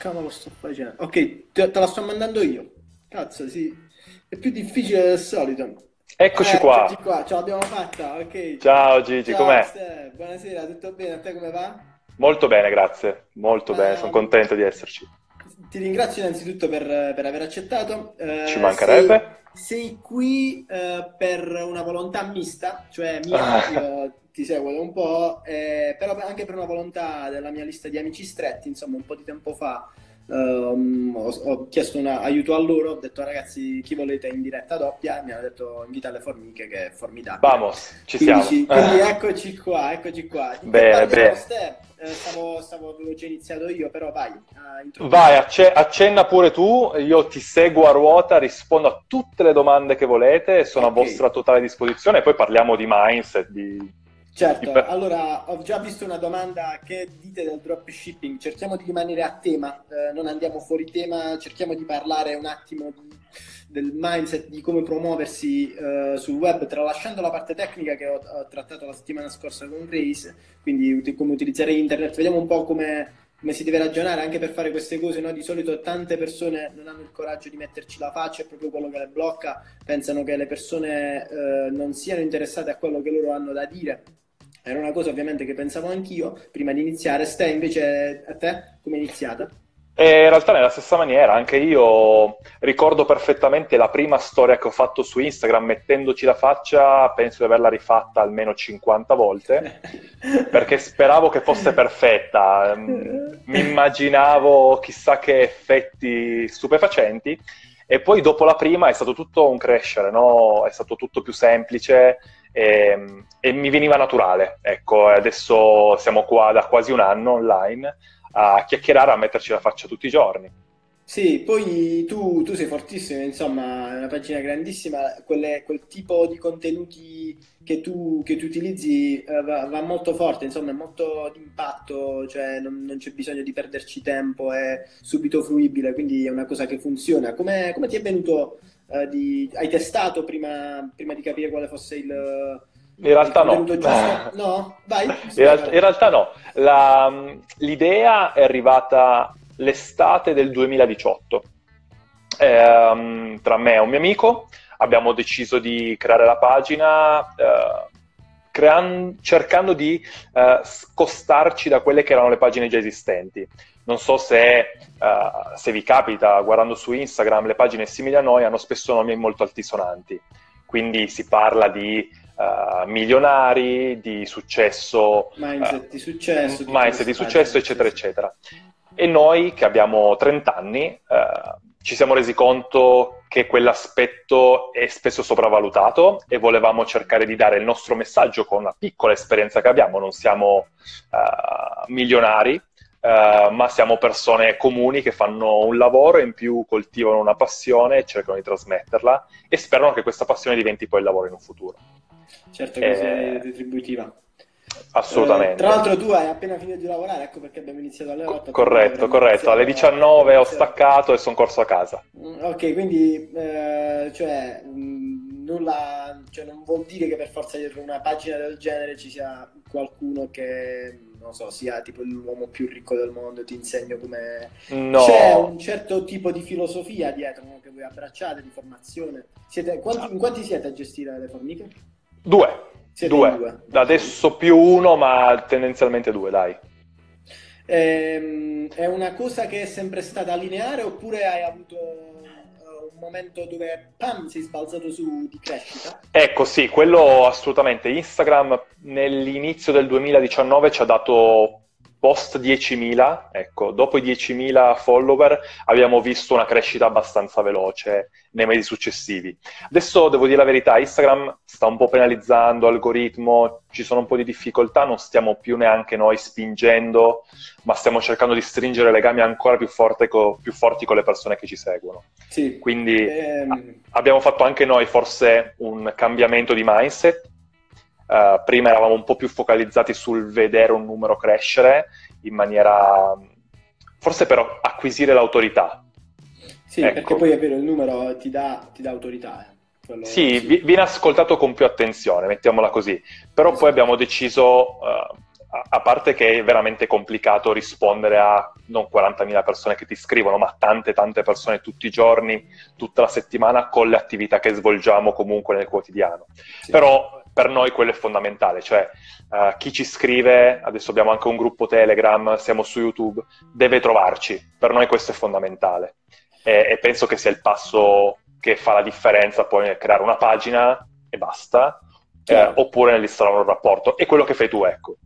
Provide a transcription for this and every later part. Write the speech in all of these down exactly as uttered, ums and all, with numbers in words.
cavolo sto facendo? Ok, te, te la sto mandando io. Cazzo, sì. È più difficile del solito. Eccoci Eh, eccoci qua. qua, ce l'abbiamo fatta, ok. Ciao Gigi, Ciao, com'è? Ste, buonasera, tutto bene? A te come va? Molto bene, grazie. Molto bene, sono Ma contento di esserci. ti ringrazio innanzitutto per, per aver accettato. Ci Eh, sei, mancherebbe? sei qui eh, per una volontà mista, cioè mia, Ah, io ti seguo da un po', eh, però anche per una volontà della mia lista di amici stretti, insomma, un po' di tempo fa ehm, ho, ho chiesto un aiuto a loro, ho detto ragazzi chi volete in diretta doppia, mi hanno detto invita le formiche che è formidabile. vamos, ci Quindi, siamo. ci- quindi eccoci qua, eccoci qua. Di che Bene, parliamo, bene. Ste? Eh, stavo, stavo, avevo già iniziato io, però vai, eh, Vai, introduci. acce- accenna pure tu, io ti seguo a ruota, rispondo a tutte le domande che volete, sono a Ok, vostra totale disposizione e poi parliamo di mindset, di... di certo. pe- Allora, ho già visto una domanda che dite del dropshipping. Cerchiamo di rimanere a tema, eh, non andiamo fuori tema, cerchiamo di parlare un attimo di- del mindset, di come promuoversi eh, sul web, tralasciando la parte tecnica che ho, ho trattato la settimana scorsa con Grace, quindi ut- come utilizzare internet. Vediamo un po' come come si deve ragionare anche per fare queste cose, no? Di solito tante persone non hanno il coraggio di metterci la faccia, è proprio quello che le blocca, pensano che le persone eh, non siano interessate a quello che loro hanno da dire. Era una cosa ovviamente che pensavo anch'io prima di iniziare. Ste invece a te come è iniziata? E in realtà nella stessa maniera, anche io ricordo perfettamente la prima storia che ho fatto su Instagram mettendoci la faccia, penso di averla rifatta almeno cinquanta volte, perché speravo che fosse perfetta. Mm, Mi immaginavo chissà che effetti stupefacenti, e poi dopo la prima è stato tutto un crescere, no? È stato tutto più semplice e, e mi veniva naturale. Ecco, e adesso siamo qua da quasi un anno online a chiacchierare, a metterci la faccia tutti i giorni. Sì, poi tu, tu sei fortissimo, insomma, è una pagina grandissima, quelle- quel tipo di contenuti che tu, che tu utilizzi eh, va, va molto forte, insomma, è molto d'impatto, cioè non, non c'è bisogno di perderci tempo, è subito fruibile, quindi è una cosa che funziona. Come, come ti è venuto, eh, di, hai testato prima, prima di capire quale fosse il, In il realtà no. contenuto giusto? No? Vai, In realtà, in spiegalo. realtà no. La- l'idea è arrivata l'estate del duemiladiciotto. Ehm, tra me e un mio amico abbiamo deciso di creare la pagina eh, crean- cercando di eh, scostarci da quelle che erano le pagine già esistenti. Non so se, eh, se vi capita, guardando su Instagram, le pagine simili a noi hanno spesso nomi molto altisonanti. Quindi si parla di eh, milionari, di successo, Mindset di eh, successo, tutte mindset queste di successo, pagine, sì, eccetera, sì. eccetera. E noi, che abbiamo trenta anni, eh, ci siamo resi conto che quell'aspetto è spesso sopravvalutato e volevamo cercare di dare il nostro messaggio con una piccola esperienza che abbiamo. Non siamo eh, milionari, eh, ma siamo persone comuni che fanno un lavoro e in più coltivano una passione e cercano di trasmetterla e sperano che questa passione diventi poi il lavoro in un futuro. Certo che sia Eh, retributiva. Eh, tra assolutamente. l'altro tu hai appena finito di lavorare, ecco perché abbiamo iniziato alle Co- otto, tra noi corretto, avremmo corretto. Alle iniziato, avremmo diciannove ho iniziato. staccato e sono corso a casa. Mm, ok, quindi eh, cioè, mm, nulla, cioè, non vuol dire che per forza dietro una pagina del genere ci sia qualcuno che, non so, sia tipo l'uomo più ricco del mondo, ti insegno come... C'è No, un certo tipo di filosofia dietro, no, che voi abbracciate, di formazione. Siete, quanti, in quanti siete a gestire le formiche? due, Siete in due. due, ok. Adesso più uno, ma tendenzialmente due, dai. Ehm, è una cosa che è sempre stata lineare oppure hai avuto eh, un momento dove pam, sei sbalzato su di crescita? Ecco, sì, quello assolutamente. Instagram nell'inizio del duemiladiciannove ci ha dato post diecimila, ecco, dopo i diecimila follower abbiamo visto una crescita abbastanza veloce nei mesi successivi. Adesso devo dire la verità, Instagram sta un po' penalizzando l'algoritmo, ci sono un po' di difficoltà, non stiamo più neanche noi spingendo, ma stiamo cercando di stringere legami ancora più, forte co- più forti con le persone che ci seguono. Sì. Quindi a- Ehm, abbiamo fatto anche noi forse un cambiamento di mindset. Uh, prima eravamo un po' più focalizzati sul vedere un numero crescere in maniera forse per acquisire l'autorità. sì, perché Ecco. poi è vero, il numero ti dà, ti dà autorità, eh. Quello Sì, vi- sì, viene ascoltato con più attenzione, mettiamola così. Però poi abbiamo esatto. deciso, uh, a, a parte che è veramente complicato rispondere a non quarantamila persone che ti scrivono, ma tante tante persone tutti i giorni, tutta la settimana, con le attività che svolgiamo comunque nel quotidiano. Sì. Però per noi quello è fondamentale, cioè uh, chi ci scrive, adesso abbiamo anche un gruppo Telegram, siamo su YouTube, deve trovarci, per noi questo è fondamentale e, e penso che sia il passo che fa la differenza poi nel creare una pagina e basta, eh, oppure nell'installare un rapporto, è quello che fai tu, ecco.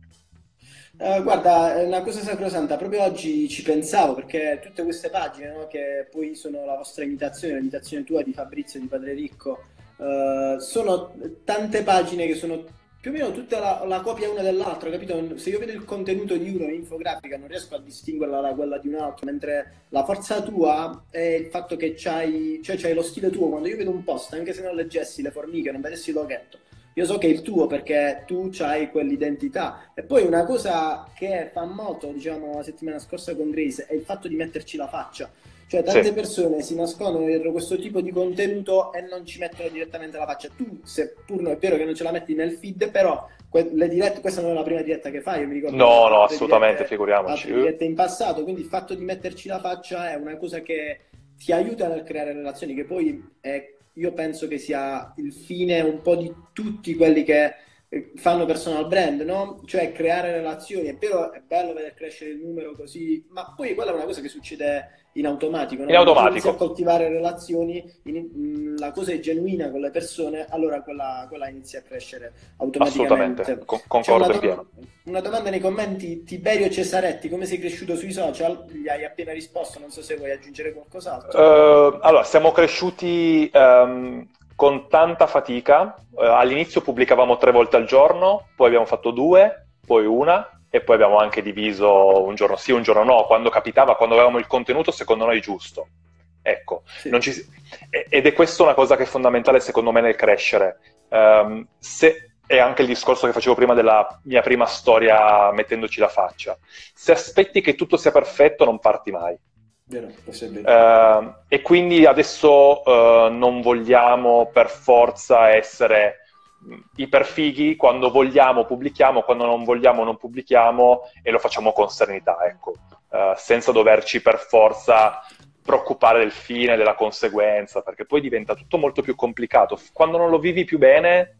Uh, guarda, è una cosa sacrosanta, proprio oggi ci pensavo perché tutte queste pagine, no, che poi sono la vostra imitazione, l'imitazione tua di Fabrizio e di Padre Ricco, uh, sono tante pagine che sono più o meno tutta la, la copia una dell'altra, capito? Se io vedo il contenuto di uno in infografica non riesco a distinguerla da quella di un altro, mentre la forza tua è il fatto che c'hai, cioè c'hai lo stile tuo. Quando io vedo un post, anche se non leggessi le formiche, non vedessi il loghetto, io so che è il tuo perché tu c'hai quell'identità. E poi una cosa che fa molto, diciamo, la settimana scorsa con Grace è il fatto di metterci la faccia. Cioè tante Sì. persone si nascondono dietro questo tipo di contenuto e non ci mettono direttamente la faccia. Tu, seppur non è vero che non ce la metti nel feed, però que- le dirette, questa non è la prima diretta che fai, io mi ricordo No, no, altre assolutamente, dirette, figuriamoci. altre dirette in passato, quindi il fatto di metterci la faccia è una cosa che ti aiuta nel creare relazioni, che poi è, io penso che sia il fine un po' di tutti quelli che fanno personal brand, no? Cioè creare relazioni. È vero, è bello vedere crescere il numero così, ma poi quella è una cosa che succede in automatico, no? In Quando tu inizi a automatico. coltivare relazioni, in- la cosa è genuina con le persone, allora quella, quella inizia a crescere automaticamente. Assolutamente, con- C'è una, concordo in do- pieno. una domanda nei commenti: Tiberio Cesaretti, come sei cresciuto sui social? Gli hai appena risposto, non so se vuoi aggiungere qualcos'altro. Uh, allora, siamo cresciuti um, con tanta fatica. Uh, all'inizio pubblicavamo tre volte al giorno, poi abbiamo fatto due, poi una, e poi abbiamo anche diviso un giorno sì, un giorno no, quando capitava, quando avevamo il contenuto secondo noi giusto. Ecco, Sì. non ci... ed è questa una cosa che è fondamentale secondo me nel crescere. Um, se... È anche il discorso che facevo prima della mia prima storia mettendoci la faccia. Se aspetti che tutto sia perfetto, non parti mai. Vero, questo è vero. Uh, e quindi adesso uh, non vogliamo per forza essere iperfighi, quando vogliamo pubblichiamo, quando non vogliamo non pubblichiamo, e lo facciamo con serenità, ecco, uh, senza doverci per forza preoccupare del fine, della conseguenza, perché poi diventa tutto molto più complicato. Quando non lo vivi più bene,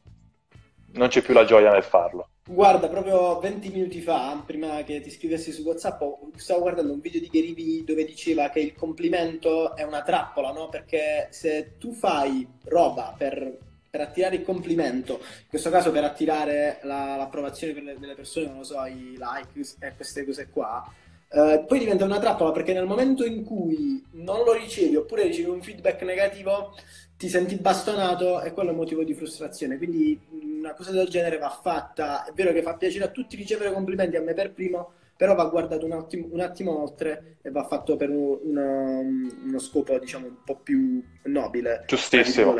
non c'è più la gioia nel farlo. Guarda, proprio venti minuti fa, prima che ti scrivessi su WhatsApp, stavo guardando un video di Gary Vee dove diceva che il complimento è una trappola, no? Perché se tu fai roba per, per attirare il complimento, in questo caso per attirare la, l'approvazione per le, delle persone, non lo so, i like e queste cose qua, eh, poi diventa una trappola, perché nel momento in cui non lo ricevi oppure ricevi un feedback negativo, ti senti bastonato e quello è un motivo di frustrazione. Quindi una cosa del genere va fatta. È vero che fa piacere a tutti ricevere complimenti, a me per primo, però va guardato un attimo, un attimo oltre e va fatto per uno, uno scopo, diciamo, un po' più nobile. Giustissimo.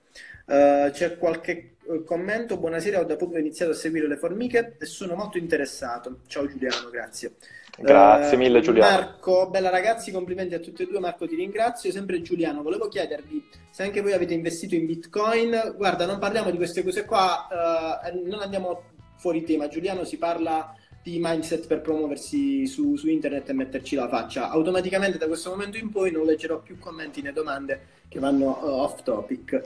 Uh, c'è qualche commento? Buonasera, ho da poco iniziato a seguire le formiche e sono molto interessato. Ciao Giuliano, grazie. Grazie uh, mille Giuliano. Marco, bella ragazzi, complimenti a tutti e due. Marco, ti ringrazio. Sempre Giuliano, volevo chiedervi se anche voi avete investito in Bitcoin. Guarda, non parliamo di queste cose qua, uh, non andiamo fuori tema. Giuliano, si parla di mindset per promuoversi su, su internet e metterci la faccia. Automaticamente da questo momento in poi non leggerò più commenti né domande che vanno uh, off topic.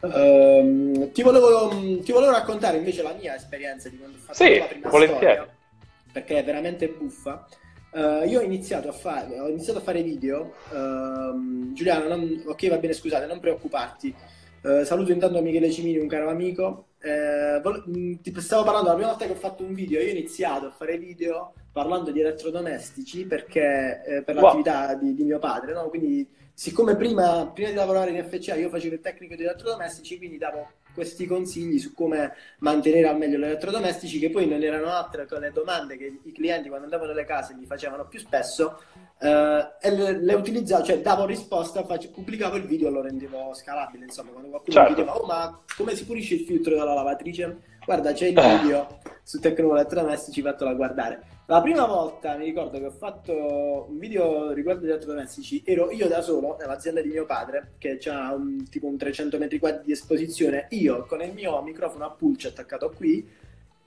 Uh, ti, volevo, ti volevo raccontare invece la mia esperienza di quando ho fatto sì, la prima volentieri. storia, perché è veramente buffa. Uh, io ho iniziato a fare ho iniziato a fare video. uh, Giuliano, non, ok, va bene, scusate, non preoccuparti. Uh, saluto intanto Michele Cimini, un caro amico. Uh, vol- ti stavo parlando la prima volta che ho fatto un video. Io ho iniziato a fare video parlando di elettrodomestici perché eh, per l'attività wow. di, di mio padre, no? Quindi siccome prima, prima di lavorare in F C A io facevo il tecnico di elettrodomestici, quindi davo questi consigli su come mantenere al meglio gli elettrodomestici, che poi non erano altre che le domande che i clienti quando andavano nelle case gli facevano più spesso, eh, e le, le utilizzavo, cioè davo risposta, face, pubblicavo il video e lo rendevo scalabile. Insomma, quando qualcuno certo. mi chiedeva: oh, ma come si pulisce il filtro dalla lavatrice? Guarda, c'è il video su Tecno Elettrodomestici, fatelo a guardare. La prima volta mi ricordo che ho fatto un video riguardo gli elettrodomestici, ero io da solo nell'azienda di mio padre, che ha un, tipo un trecento metri quadri di esposizione, io con il mio microfono a pulce attaccato qui,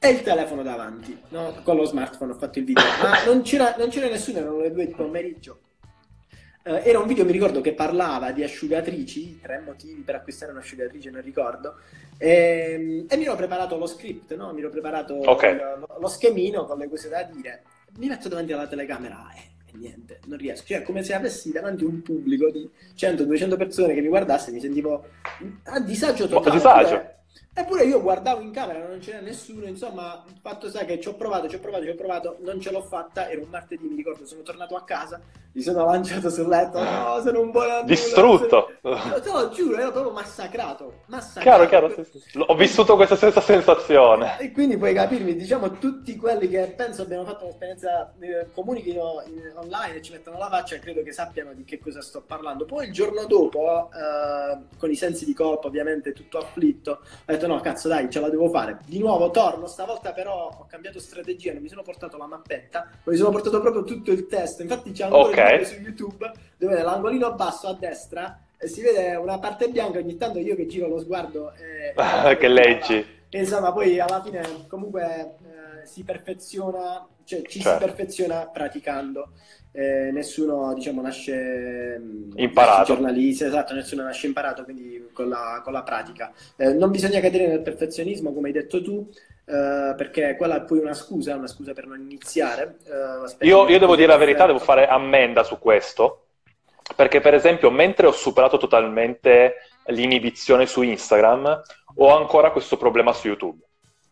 e il telefono davanti, no? Con lo smartphone ho fatto il video, ma non c'era, non c'era nessuno, erano le due di pomeriggio. Uh, era un video, mi ricordo, che parlava di asciugatrici, tre motivi per acquistare un'asciugatrice, non ricordo, e, e mi ero preparato lo script, no? Mi ero preparato okay. lo, lo schemino con le cose da dire. Mi metto davanti alla telecamera e, e niente, non riesco. Cioè, come se avessi davanti un pubblico di cento duecento persone che mi guardasse, mi sentivo a disagio totale. A disagio. Eppure io guardavo in camera, non c'era nessuno, insomma, il fatto sta che ci ho provato, ci ho provato, ci ho provato, non ce l'ho fatta, era un martedì, mi ricordo, sono tornato a casa, mi sono lanciato sul letto, no, sono un buon distrutto! Sono... Te lo giuro, ero proprio massacrato, massacrato. Chiaro, chiaro, sì, sì. Ho vissuto questa stessa sensazione. E quindi puoi capirmi, diciamo, tutti quelli che penso abbiano fatto un'esperienza, eh, comunichino in, online e ci mettono la faccia, credo che sappiano di che cosa sto parlando. Poi il giorno dopo, eh, con i sensi di colpa, ovviamente, tutto afflitto, ho detto no, cazzo dai, ce la devo fare. Di nuovo torno, stavolta però ho cambiato strategia, non mi sono portato la mappetta, ma mi sono portato proprio tutto il testo. Infatti c'è ancora okay. il video su YouTube dove nell'angolino basso a destra eh, si vede una parte bianca, ogni tanto io che giro lo sguardo e, eh, che leggi. E insomma poi alla fine comunque eh, si perfeziona, cioè ci certo. si perfeziona praticando. Eh, nessuno diciamo nasce imparato nasce giornalista, esatto, nessuno nasce imparato, quindi con la, con la pratica eh, non bisogna cadere nel perfezionismo come hai detto tu, eh, perché quella è poi una scusa una scusa per non iniziare. eh, io, io devo dire la verità, devo fare ammenda su questo, perché per esempio mentre ho superato totalmente l'inibizione su Instagram ho ancora questo problema su YouTube.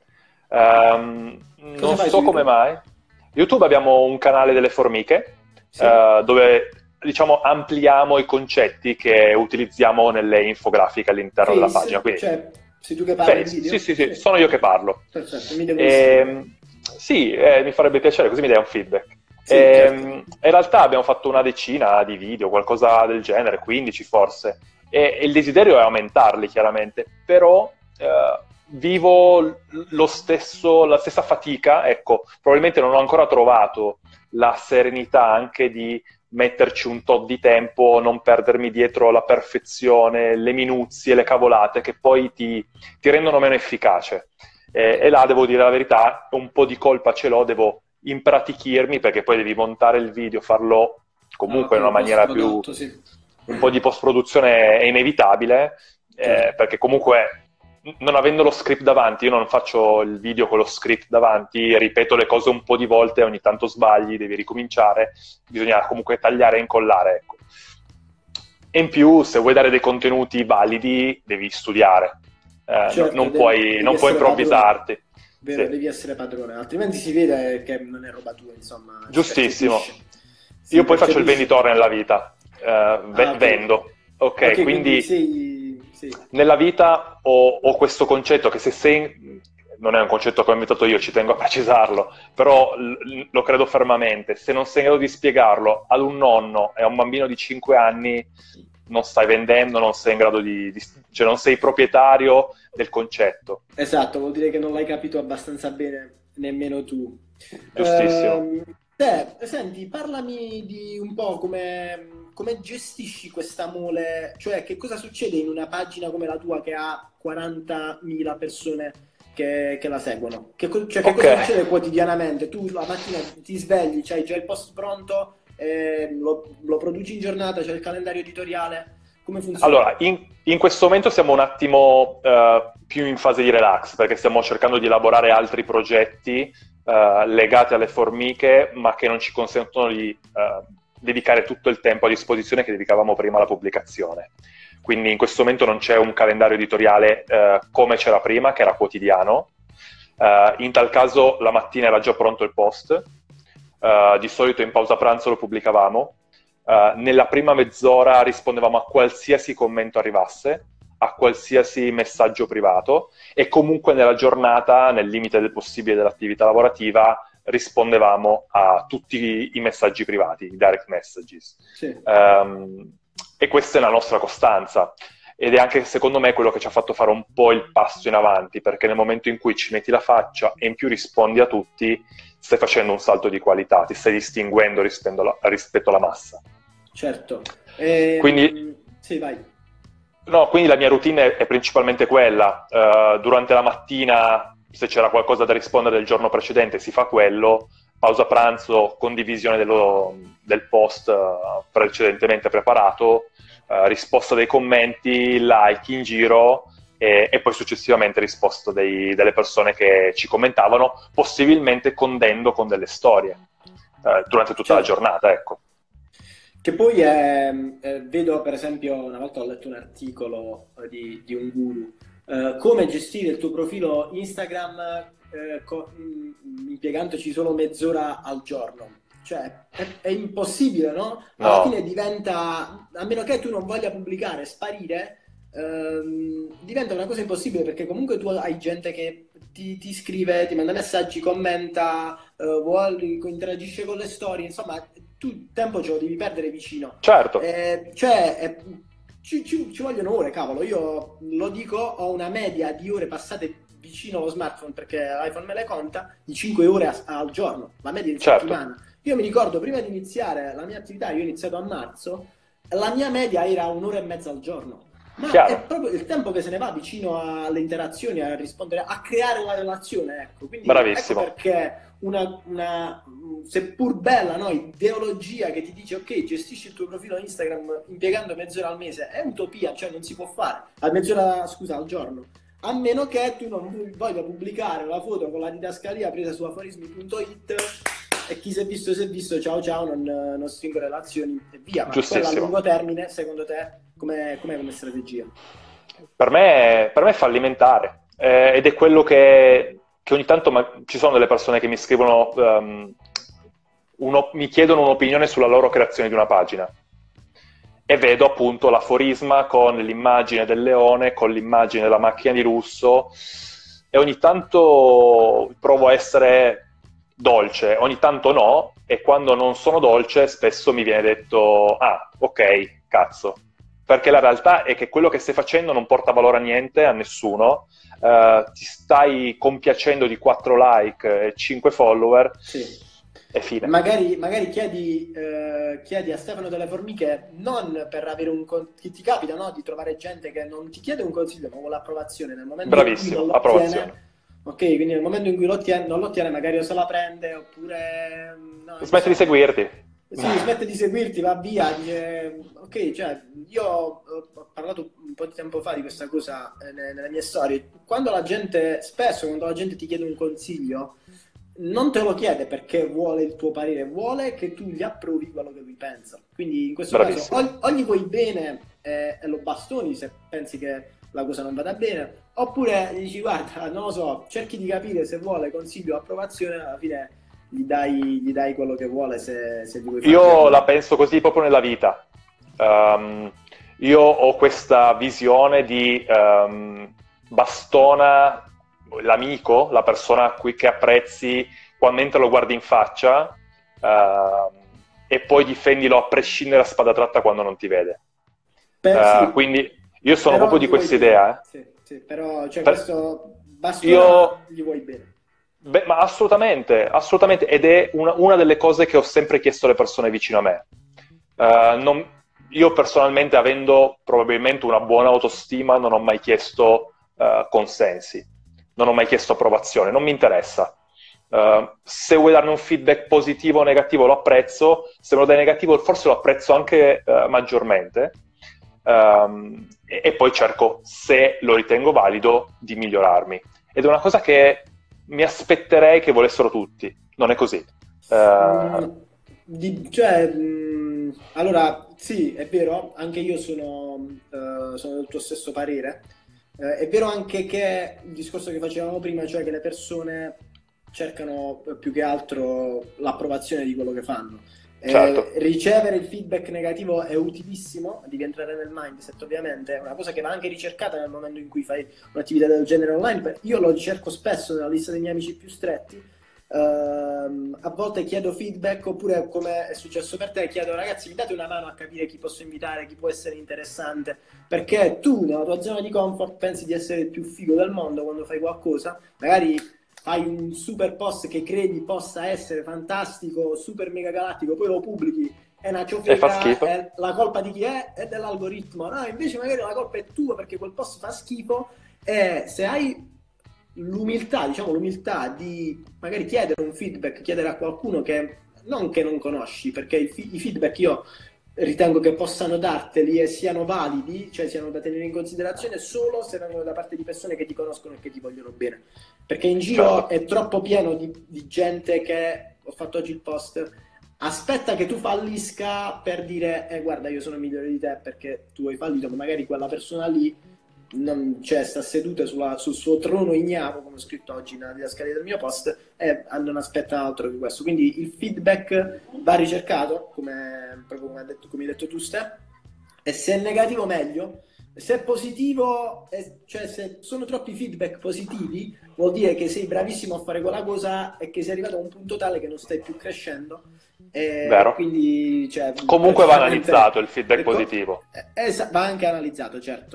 um, non so come mai. YouTube abbiamo un canale delle formiche. Sì. Uh, dove diciamo ampliamo i concetti che utilizziamo nelle infografiche all'interno Face, della pagina. Quindi, cioè, sei tu che parli Face, video? Sì, sì, sì, sì, sono io che parlo. Perfetto, mi devo e, sì, eh, mi farebbe piacere, così mi dai un feedback. Sì, e, certo. In realtà abbiamo fatto una decina di video, qualcosa del genere, quindici forse, e, e il desiderio è aumentarli chiaramente, però eh, vivo lo stesso, la stessa fatica, ecco, probabilmente non ho ancora trovato la serenità anche di metterci un tot di tempo, non perdermi dietro la perfezione, le minuzie, le cavolate che poi ti, ti rendono meno efficace. E, e là devo dire la verità, un po' di colpa ce l'ho, devo impratichirmi perché poi devi montare il video, farlo comunque in una maniera più... Sì. Un po' di post-produzione è inevitabile, eh, perché comunque... non avendo lo script davanti, io non faccio il video con lo script davanti, ripeto le cose un po' di volte, ogni tanto sbagli, devi ricominciare, bisogna comunque tagliare e incollare, ecco. E in più, se vuoi dare dei contenuti validi, devi studiare, eh, certo, non devi, puoi, devi non puoi improvvisarti. Vero, sì. Devi essere padrone, altrimenti si vede che non è roba tua, insomma. Giustissimo. Si io poi faccio il percepisce. venditore nella vita, eh, v- ah, vendo, ok, okay, quindi... quindi sei... Sì. Nella vita ho, ho questo concetto che se sei, non è un concetto che ho inventato io, ci tengo a precisarlo, però l- lo credo fermamente, se non sei in grado di spiegarlo ad un nonno e a un bambino di cinque anni, non stai vendendo, non sei in grado di, di cioè non sei proprietario del concetto. Esatto, vuol dire che non l'hai capito abbastanza bene nemmeno tu. Giustissimo. Uh, te, senti, parlami di un po' come, come gestisci questa mole, cioè che cosa succede in una pagina come la tua che ha quarantamila persone che, che la seguono? Che, cioè, che okay. cosa succede quotidianamente? Tu la mattina ti svegli, c'hai già il post pronto, eh, lo, lo produci in giornata, c'è il calendario editoriale, come funziona? Allora, in, in questo momento siamo un attimo uh, più in fase di relax, perché stiamo cercando di elaborare altri progetti uh, legati alle formiche, ma che non ci consentono di uh, dedicare tutto il tempo a disposizione che dedicavamo prima alla pubblicazione. Quindi in questo momento non c'è un calendario editoriale uh, come c'era prima, che era quotidiano. Uh, in tal caso la mattina era già pronto il post, uh, di solito in pausa pranzo lo pubblicavamo. Uh, nella prima mezz'ora rispondevamo a qualsiasi commento arrivasse, a qualsiasi messaggio privato, e comunque nella giornata, nel limite del possibile dell'attività lavorativa, rispondevamo a tutti i messaggi privati, i direct messages. Sì. Um, e questa è la nostra costanza. Ed è anche, secondo me, quello che ci ha fatto fare un po' il passo in avanti, perché nel momento in cui ci metti la faccia e in più rispondi a tutti, stai facendo un salto di qualità, ti stai distinguendo rispetto alla, rispetto alla massa. Certo. E... Quindi, sì, vai. No, quindi la mia routine è, è principalmente quella. Uh, durante la mattina se c'era qualcosa da rispondere del giorno precedente si fa quello, pausa pranzo, condivisione dello, del post uh, precedentemente preparato, uh, risposta dei commenti, like in giro e, e poi successivamente risposta dei, delle persone che ci commentavano, possibilmente condendo con delle storie uh, durante tutta Certo. la giornata, ecco. Che poi è, eh, vedo per esempio, una volta ho letto un articolo eh, di, di un guru, eh, come gestire il tuo profilo Instagram eh, co- mh, impiegandoci solo mezz'ora al giorno. Cioè, è, è impossibile, no? Alla No, fine diventa, a meno che tu non voglia pubblicare, sparire, ehm, diventa una cosa impossibile perché comunque tu hai gente che ti, ti scrive, ti manda messaggi, commenta, eh, vuole, interagisce con le storie, insomma, tu tempo ce lo devi perdere vicino. certo, Eh, cioè, eh, ci, ci- ci vogliono ore, cavolo. Io lo dico, ho una media di ore passate vicino allo smartphone perché l'iPhone me le conta di cinque ore a- al giorno, la media in certo, settimana. Io mi ricordo prima di iniziare la mia attività, io ho iniziato a marzo, la mia media era un'ora e mezza al giorno. Ma è chiaro, proprio il tempo che se ne va vicino alle interazioni, a rispondere, a creare una relazione, ecco. Quindi ecco bravissimo. perché una, una, seppur bella, no, ideologia che ti dice ok, gestisci il tuo profilo Instagram impiegando mezz'ora al mese, è utopia, cioè non si può fare, a mezz'ora, scusa, al giorno. A meno che tu non voglia pubblicare la foto con la didascalia presa su aforismi punto it e chi si è visto si è visto, ciao ciao, non, non stringo relazioni e via. Ma quella a Giustissimo. lungo termine, secondo te, com'è, com'è come strategia? Per me, per me è fallimentare eh, ed è quello che, che ogni tanto ma, ci sono delle persone che mi scrivono, um, uno, mi chiedono un'opinione sulla loro creazione di una pagina e vedo appunto l'aforisma con l'immagine del leone, con l'immagine della macchina di lusso e ogni tanto provo a essere dolce, ogni tanto no, e quando non sono dolce spesso mi viene detto ah, ok, cazzo, perché la realtà è che quello che stai facendo non porta valore a niente, a nessuno, uh, ti stai compiacendo di quattro like e cinque follower Sì. e fine. Magari, magari chiedi, eh, chiedi a Stefano delle Formiche non per avere un con- che ti capita, no? Di trovare gente che non ti chiede un consiglio ma vuole l'approvazione nel momento in cui Bravissimo, non lo approvazione. ottiene. Ok, quindi nel momento in cui lo ottiene, non lo ottiene, magari o se la prende oppure no, Smetti di insomma, seguirti. sì, smette di seguirti, va via. Dice, ok, cioè, io ho ho parlato un po' di tempo fa di questa cosa eh, ne- nelle mie storie. Quando la gente, spesso quando la gente ti chiede un consiglio, non te lo chiede perché vuole il tuo parere, vuole che tu gli approvi quello che lui pensa. Quindi in questo caso Bravissimo. o, o gli vuoi bene eh, e lo bastoni se pensi che la cosa non vada bene, oppure gli dici guarda, non lo so, cerchi di capire se vuole consiglio o approvazione, alla fine gli dai, gli dai quello che vuole se, se gli vuoi fare Io piacere. la penso così proprio nella vita. Um, io ho questa visione di um, bastona l'amico, la persona a cui che apprezzi quando mentre lo guardi in faccia uh, e poi difendilo a prescindere a spada tratta quando non ti vede. Per, Uh, sì, quindi io sono però proprio di gli vuoi questa bene. idea. Eh. Sì, sì, però cioè, Per- questo bastona io ma gli vuoi bene. Beh, ma assolutamente, assolutamente, ed è una, una delle cose che ho sempre chiesto alle persone vicino a me. Eh, non- io personalmente, avendo probabilmente una buona autostima, non ho mai chiesto eh, consensi, non ho mai chiesto approvazione, non mi interessa. Eh, se vuoi darmi un feedback positivo o negativo lo apprezzo, se me lo dai negativo forse lo apprezzo anche eh, maggiormente. Ehm, e, e poi cerco, se lo ritengo valido, di migliorarmi. Ed è una cosa che mi aspetterei che volessero tutti, non è così. Mm, Eh, di- cioè, mm, allora, sì, è vero, anche io sono, eh, sono del tuo stesso parere. Eh, è vero anche che il discorso che facevamo prima, cioè che le persone cercano eh, più che altro l'approvazione di quello che fanno. Eh, certo, ricevere il feedback negativo è utilissimo, devi entrare nel mindset ovviamente, è una cosa che va anche ricercata nel momento in cui fai un'attività del genere online. Io lo ricerco spesso nella lista dei miei amici più stretti. Ehm, a volte chiedo feedback oppure come è successo per te chiedo ragazzi mi date una mano a capire chi posso invitare, chi può essere interessante, perché tu nella tua zona di comfort pensi di essere il più figo del mondo quando fai qualcosa, magari fai un super post che credi possa essere fantastico, super mega galattico, poi lo pubblichi, è una e fa ciofeca, schifo. è la colpa di chi è? È dell'algoritmo, no? Invece magari la colpa è tua perché quel post fa schifo e se hai l'umiltà, diciamo l'umiltà di magari chiedere un feedback, chiedere a qualcuno che non che non conosci, perché i, fi- i feedback io ritengo che possano darteli e siano validi, cioè siano da tenere in considerazione solo se vengono da parte di persone che ti conoscono e che ti vogliono bene. Perché in giro Certo. è troppo pieno di, di gente che, ho fatto oggi il post, aspetta che tu fallisca per dire eh, guarda io sono migliore di te perché tu hai fallito, ma magari quella persona lì non, cioè, sta seduta sulla- sul suo trono ignaro, come ho scritto oggi nella didascalia del mio post, e non aspetta altro che questo. Quindi il feedback va ricercato, come, proprio come, ha detto, come hai detto tu, Ste, e se è negativo meglio. Se è positivo, eh, cioè se sono troppi feedback positivi, vuol dire che sei bravissimo a fare quella cosa e che sei arrivato a un punto tale che non stai più crescendo. E Vero. quindi, cioè, Comunque va praticamente- analizzato il feedback ecco, positivo. eh, esa- va anche analizzato, certo.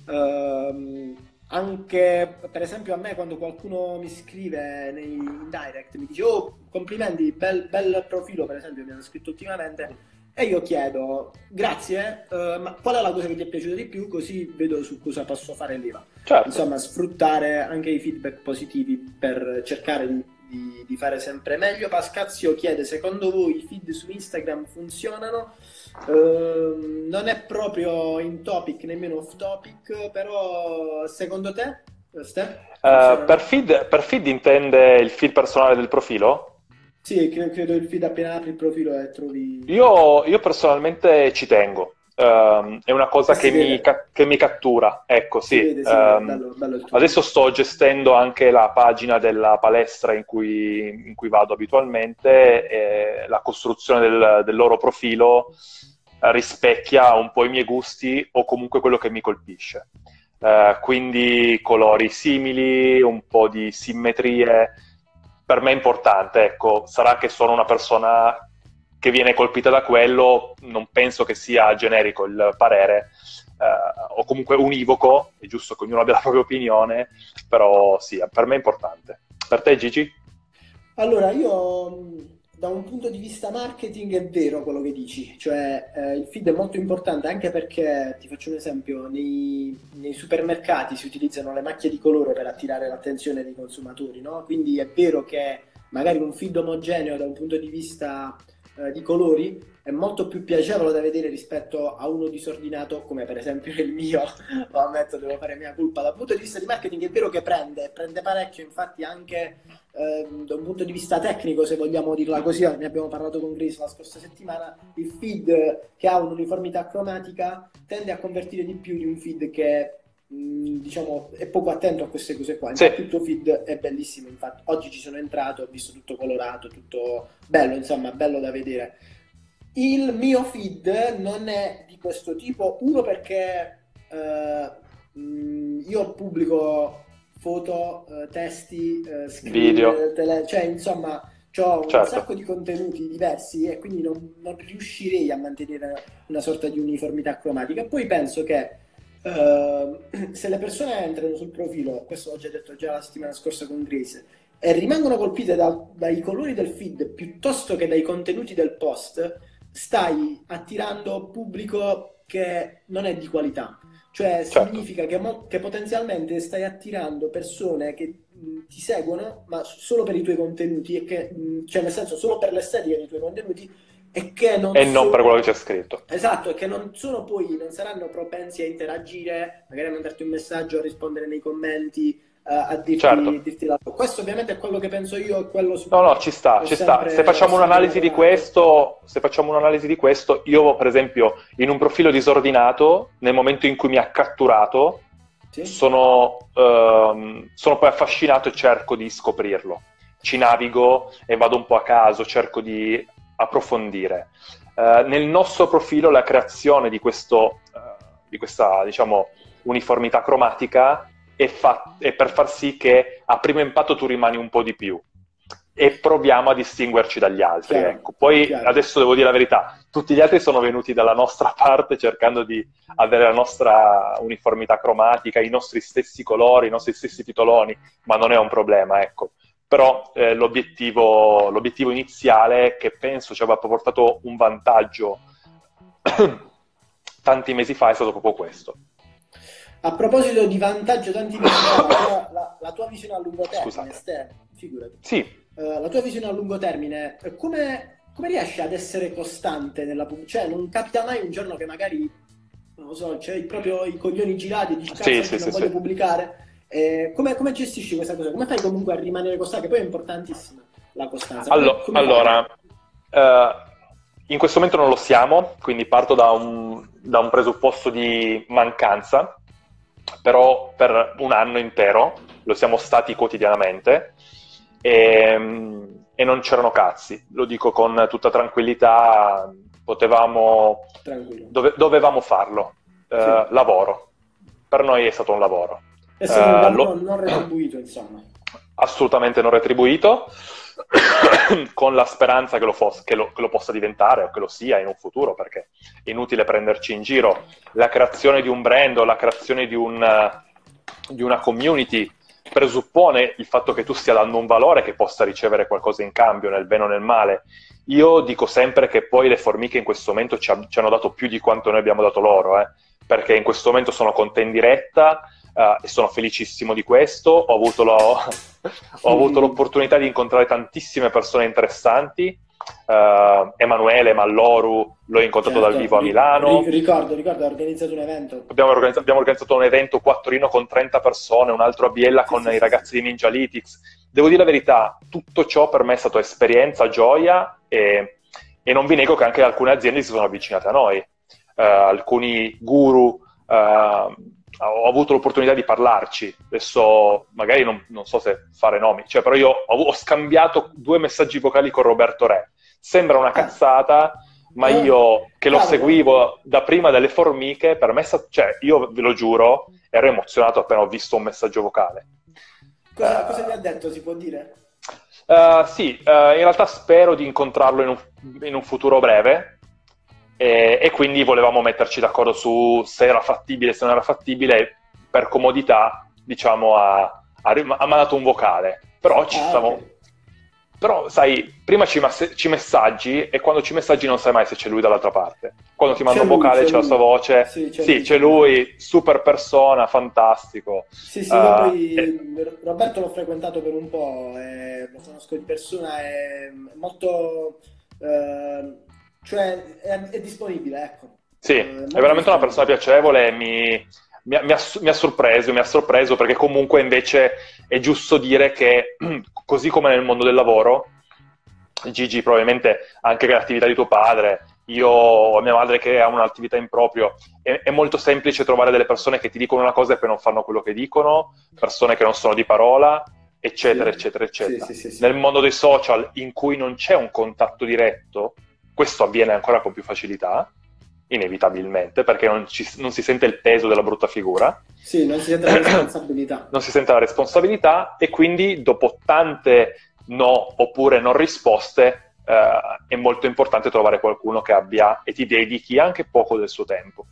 Ehm, anche per esempio a me quando qualcuno mi scrive nei in direct mi dice oh complimenti, bel, bel profilo, per esempio mi hanno scritto ultimamente, e io chiedo grazie, eh, ma qual è la cosa che ti è piaciuta di più, così vedo su cosa posso fare leva. Certo. Insomma, sfruttare anche i feedback positivi per cercare di, di- di fare sempre meglio. Pascazio chiede, secondo voi i feed su Instagram funzionano? Ehm, non è proprio in topic, nemmeno off topic, però secondo te, Ste, Eh, funzionano? per feed, per feed intende il feed personale del profilo? Sì, cre- credo il feed appena apri il profilo e trovi... Io, io personalmente ci tengo. Ehm, è una cosa E si che mi, vede, ca- che mi cattura, ecco, si sì. vede, si vede, Ehm, bello, bello il tuo. adesso sto gestendo anche la pagina della palestra in cui, in cui vado abitualmente e la costruzione del, del loro profilo eh, rispecchia un po' i miei gusti o comunque quello che mi colpisce. Eh, quindi colori simili, un po' di simmetrie, per me è importante, ecco, sarà che sono una persona che viene colpita da quello, non penso che sia generico il parere, eh, o comunque univoco, è giusto che ognuno abbia la propria opinione, però sì, per me è importante. Per te, Gigi? Allora, io mh, da un punto di vista marketing è vero quello che dici, cioè eh, il feed è molto importante anche perché, ti faccio un esempio, nei, nei supermercati si utilizzano le macchie di colore per attirare l'attenzione dei consumatori, no? Quindi è vero che magari un feed omogeneo da un punto di vista eh, di colori è molto più piacevole da vedere rispetto a uno disordinato come per esempio il mio. Lo ammetto, devo fare mia colpa. Dal punto di vista di marketing è vero che prende, prende parecchio, infatti anche ehm, da un punto di vista tecnico, se vogliamo dirla così, ne abbiamo parlato con Grace la scorsa settimana, il feed che ha un'uniformità cromatica tende a convertire di più di un feed che mh, diciamo è poco attento a queste cose qua. Sì. Infatti il tuo feed è bellissimo, infatti oggi ci sono entrato, ho visto tutto colorato, tutto bello, insomma, bello da vedere. Il mio feed non è di questo tipo, uno perché eh, mh, io pubblico foto, eh, testi, eh, screen, Video. tele- cioè insomma ho un Certo. sacco di contenuti diversi e quindi non, non riuscirei a mantenere una sorta di uniformità cromatica. E poi penso che eh, se le persone entrano sul profilo, questo l'ho già detto già la settimana scorsa con Grace, e rimangono colpite da- dai colori del feed piuttosto che dai contenuti del post, stai attirando pubblico che non è di qualità. Cioè Certo. significa che, mo- che potenzialmente stai attirando persone che mh, ti seguono, ma s- solo per i tuoi contenuti, e che, mh, cioè nel senso solo per l'estetica dei tuoi contenuti, e che non E non sono... per quello che c'è scritto. Esatto, e che non sono poi, non saranno propensi a interagire, magari a mandarti un messaggio, a rispondere nei commenti, eh, a dirti, Certo. dirti la... Questo ovviamente è quello che penso io e quello su No, no, cui ci sta, ho ci sta. sempre, Se facciamo ho sempre un'analisi di lavorato. questo, se facciamo un'analisi di questo, io per esempio in un profilo disordinato, nel momento in cui mi ha catturato, Sì? sono, ehm, sono poi affascinato e cerco di scoprirlo. Ci navigo e vado un po' a caso, cerco di approfondire. Eh, nel nostro profilo la creazione di questo, eh, di questa, diciamo, uniformità cromatica è, fa- è per far sì che a primo impatto tu rimani un po' di più e proviamo a distinguerci dagli altri, Chiaro, ecco. Poi chiaro. adesso devo dire la verità, tutti gli altri sono venuti dalla nostra parte cercando di avere la nostra uniformità cromatica, i nostri stessi colori, i nostri stessi titoloni, ma non è un problema, ecco. Però eh, l'obiettivo, l'obiettivo iniziale, che penso ci aveva portato un vantaggio tanti mesi fa, è stato proprio questo. A proposito di vantaggio tanti la tua, la, la tua visione a lungo termine, Ste, figurati. Sì. Uh, la tua visione a lungo termine, come, come riesci ad essere costante nella pubblicità? Cioè, non capita mai un giorno che magari, non lo so, c'hai proprio i coglioni girati e dici, cazzo, sì, non sì, voglio sì. pubblicare. Eh, come, come gestisci questa cosa? Come fai comunque a rimanere costante? Che poi è importantissima la costanza. Come, Allo- come allora, eh, in questo momento non lo siamo, quindi parto da un, da un presupposto di mancanza, però per un anno intero lo siamo stati quotidianamente e, e non c'erano cazzi, lo dico con tutta tranquillità, potevamo, dove, dovevamo farlo, eh, sì. lavoro, per noi è stato un lavoro. È stato un lavoro uh, lo... non retribuito, insomma. Assolutamente non retribuito, con la speranza che lo, fosse, che, lo, che lo possa diventare o che lo sia in un futuro, perché è inutile prenderci in giro. La creazione di un brand o la creazione di, un, di una community presuppone il fatto che tu stia dando un valore che possa ricevere qualcosa in cambio, nel bene o nel male. Io dico sempre che poi le formiche in questo momento ci, ha, ci hanno dato più di quanto noi abbiamo dato loro, eh, perché in questo momento sono con te in diretta, Uh, e sono felicissimo di questo. Ho avuto, lo, ho avuto l'opportunità di incontrare tantissime persone interessanti. uh, Emanuele Malloru l'ho incontrato certo, dal vivo a Milano. Ri- ricordo, ricordo, ha organizzato un evento. Abbiamo organizzato, abbiamo organizzato un evento qua a Torino con trenta persone, un altro a Biella sì, con sì, i sì, ragazzi sì. di Ninjalytics. Devo dire la verità, tutto ciò per me è stato esperienza, gioia, e, e non vi nego che anche alcune aziende si sono avvicinate a noi. Uh, alcuni guru uh, ho avuto l'opportunità di parlarci, adesso magari non, non so se fare nomi, cioè, però io ho, ho scambiato due messaggi vocali con Roberto Re. Sembra una cazzata, ma io che lo seguivo da prima delle formiche, per me, cioè, io ve lo giuro, ero emozionato appena ho visto un messaggio vocale. Cosa, uh, cosa mi ha detto, si può dire? Uh, sì, uh, in realtà spero di incontrarlo in un, in un futuro breve. E, e quindi volevamo metterci d'accordo su se era fattibile, se non era fattibile. Per comodità, diciamo, ha, ha, ha mandato un vocale, però ci ah, stavo okay. Però sai, prima ci, mass- ci messaggi, e quando ci messaggi non sai mai se c'è lui dall'altra parte. Quando ti manda un vocale c'è, c'è la sua voce, sì, c'è, sì, lui, c'è lui, super persona, fantastico. Sì, sì, uh, poi e... Roberto l'ho frequentato per un po', eh, lo conosco di persona, è molto... Eh... Cioè, è, è disponibile, ecco. Sì, eh, è veramente una persona piacevole, mi, mi, mi, ha, mi ha sorpreso, mi ha sorpreso, perché comunque invece è giusto dire che, così come nel mondo del lavoro, Gigi, probabilmente anche l'attività di tuo padre, io o mia madre che ha un'attività in proprio, è, è molto semplice trovare delle persone che ti dicono una cosa e poi non fanno quello che dicono, persone che non sono di parola, eccetera, sì. eccetera, eccetera. Sì, sì, sì, sì. Nel mondo dei social, in cui non c'è un contatto diretto, questo avviene ancora con più facilità, inevitabilmente, perché non, ci, non si sente il peso della brutta figura. Sì, non si sente la responsabilità. Non si sente la responsabilità, e quindi dopo tante no oppure non risposte eh, è molto importante trovare qualcuno che abbia e ti dedichi anche poco del suo tempo.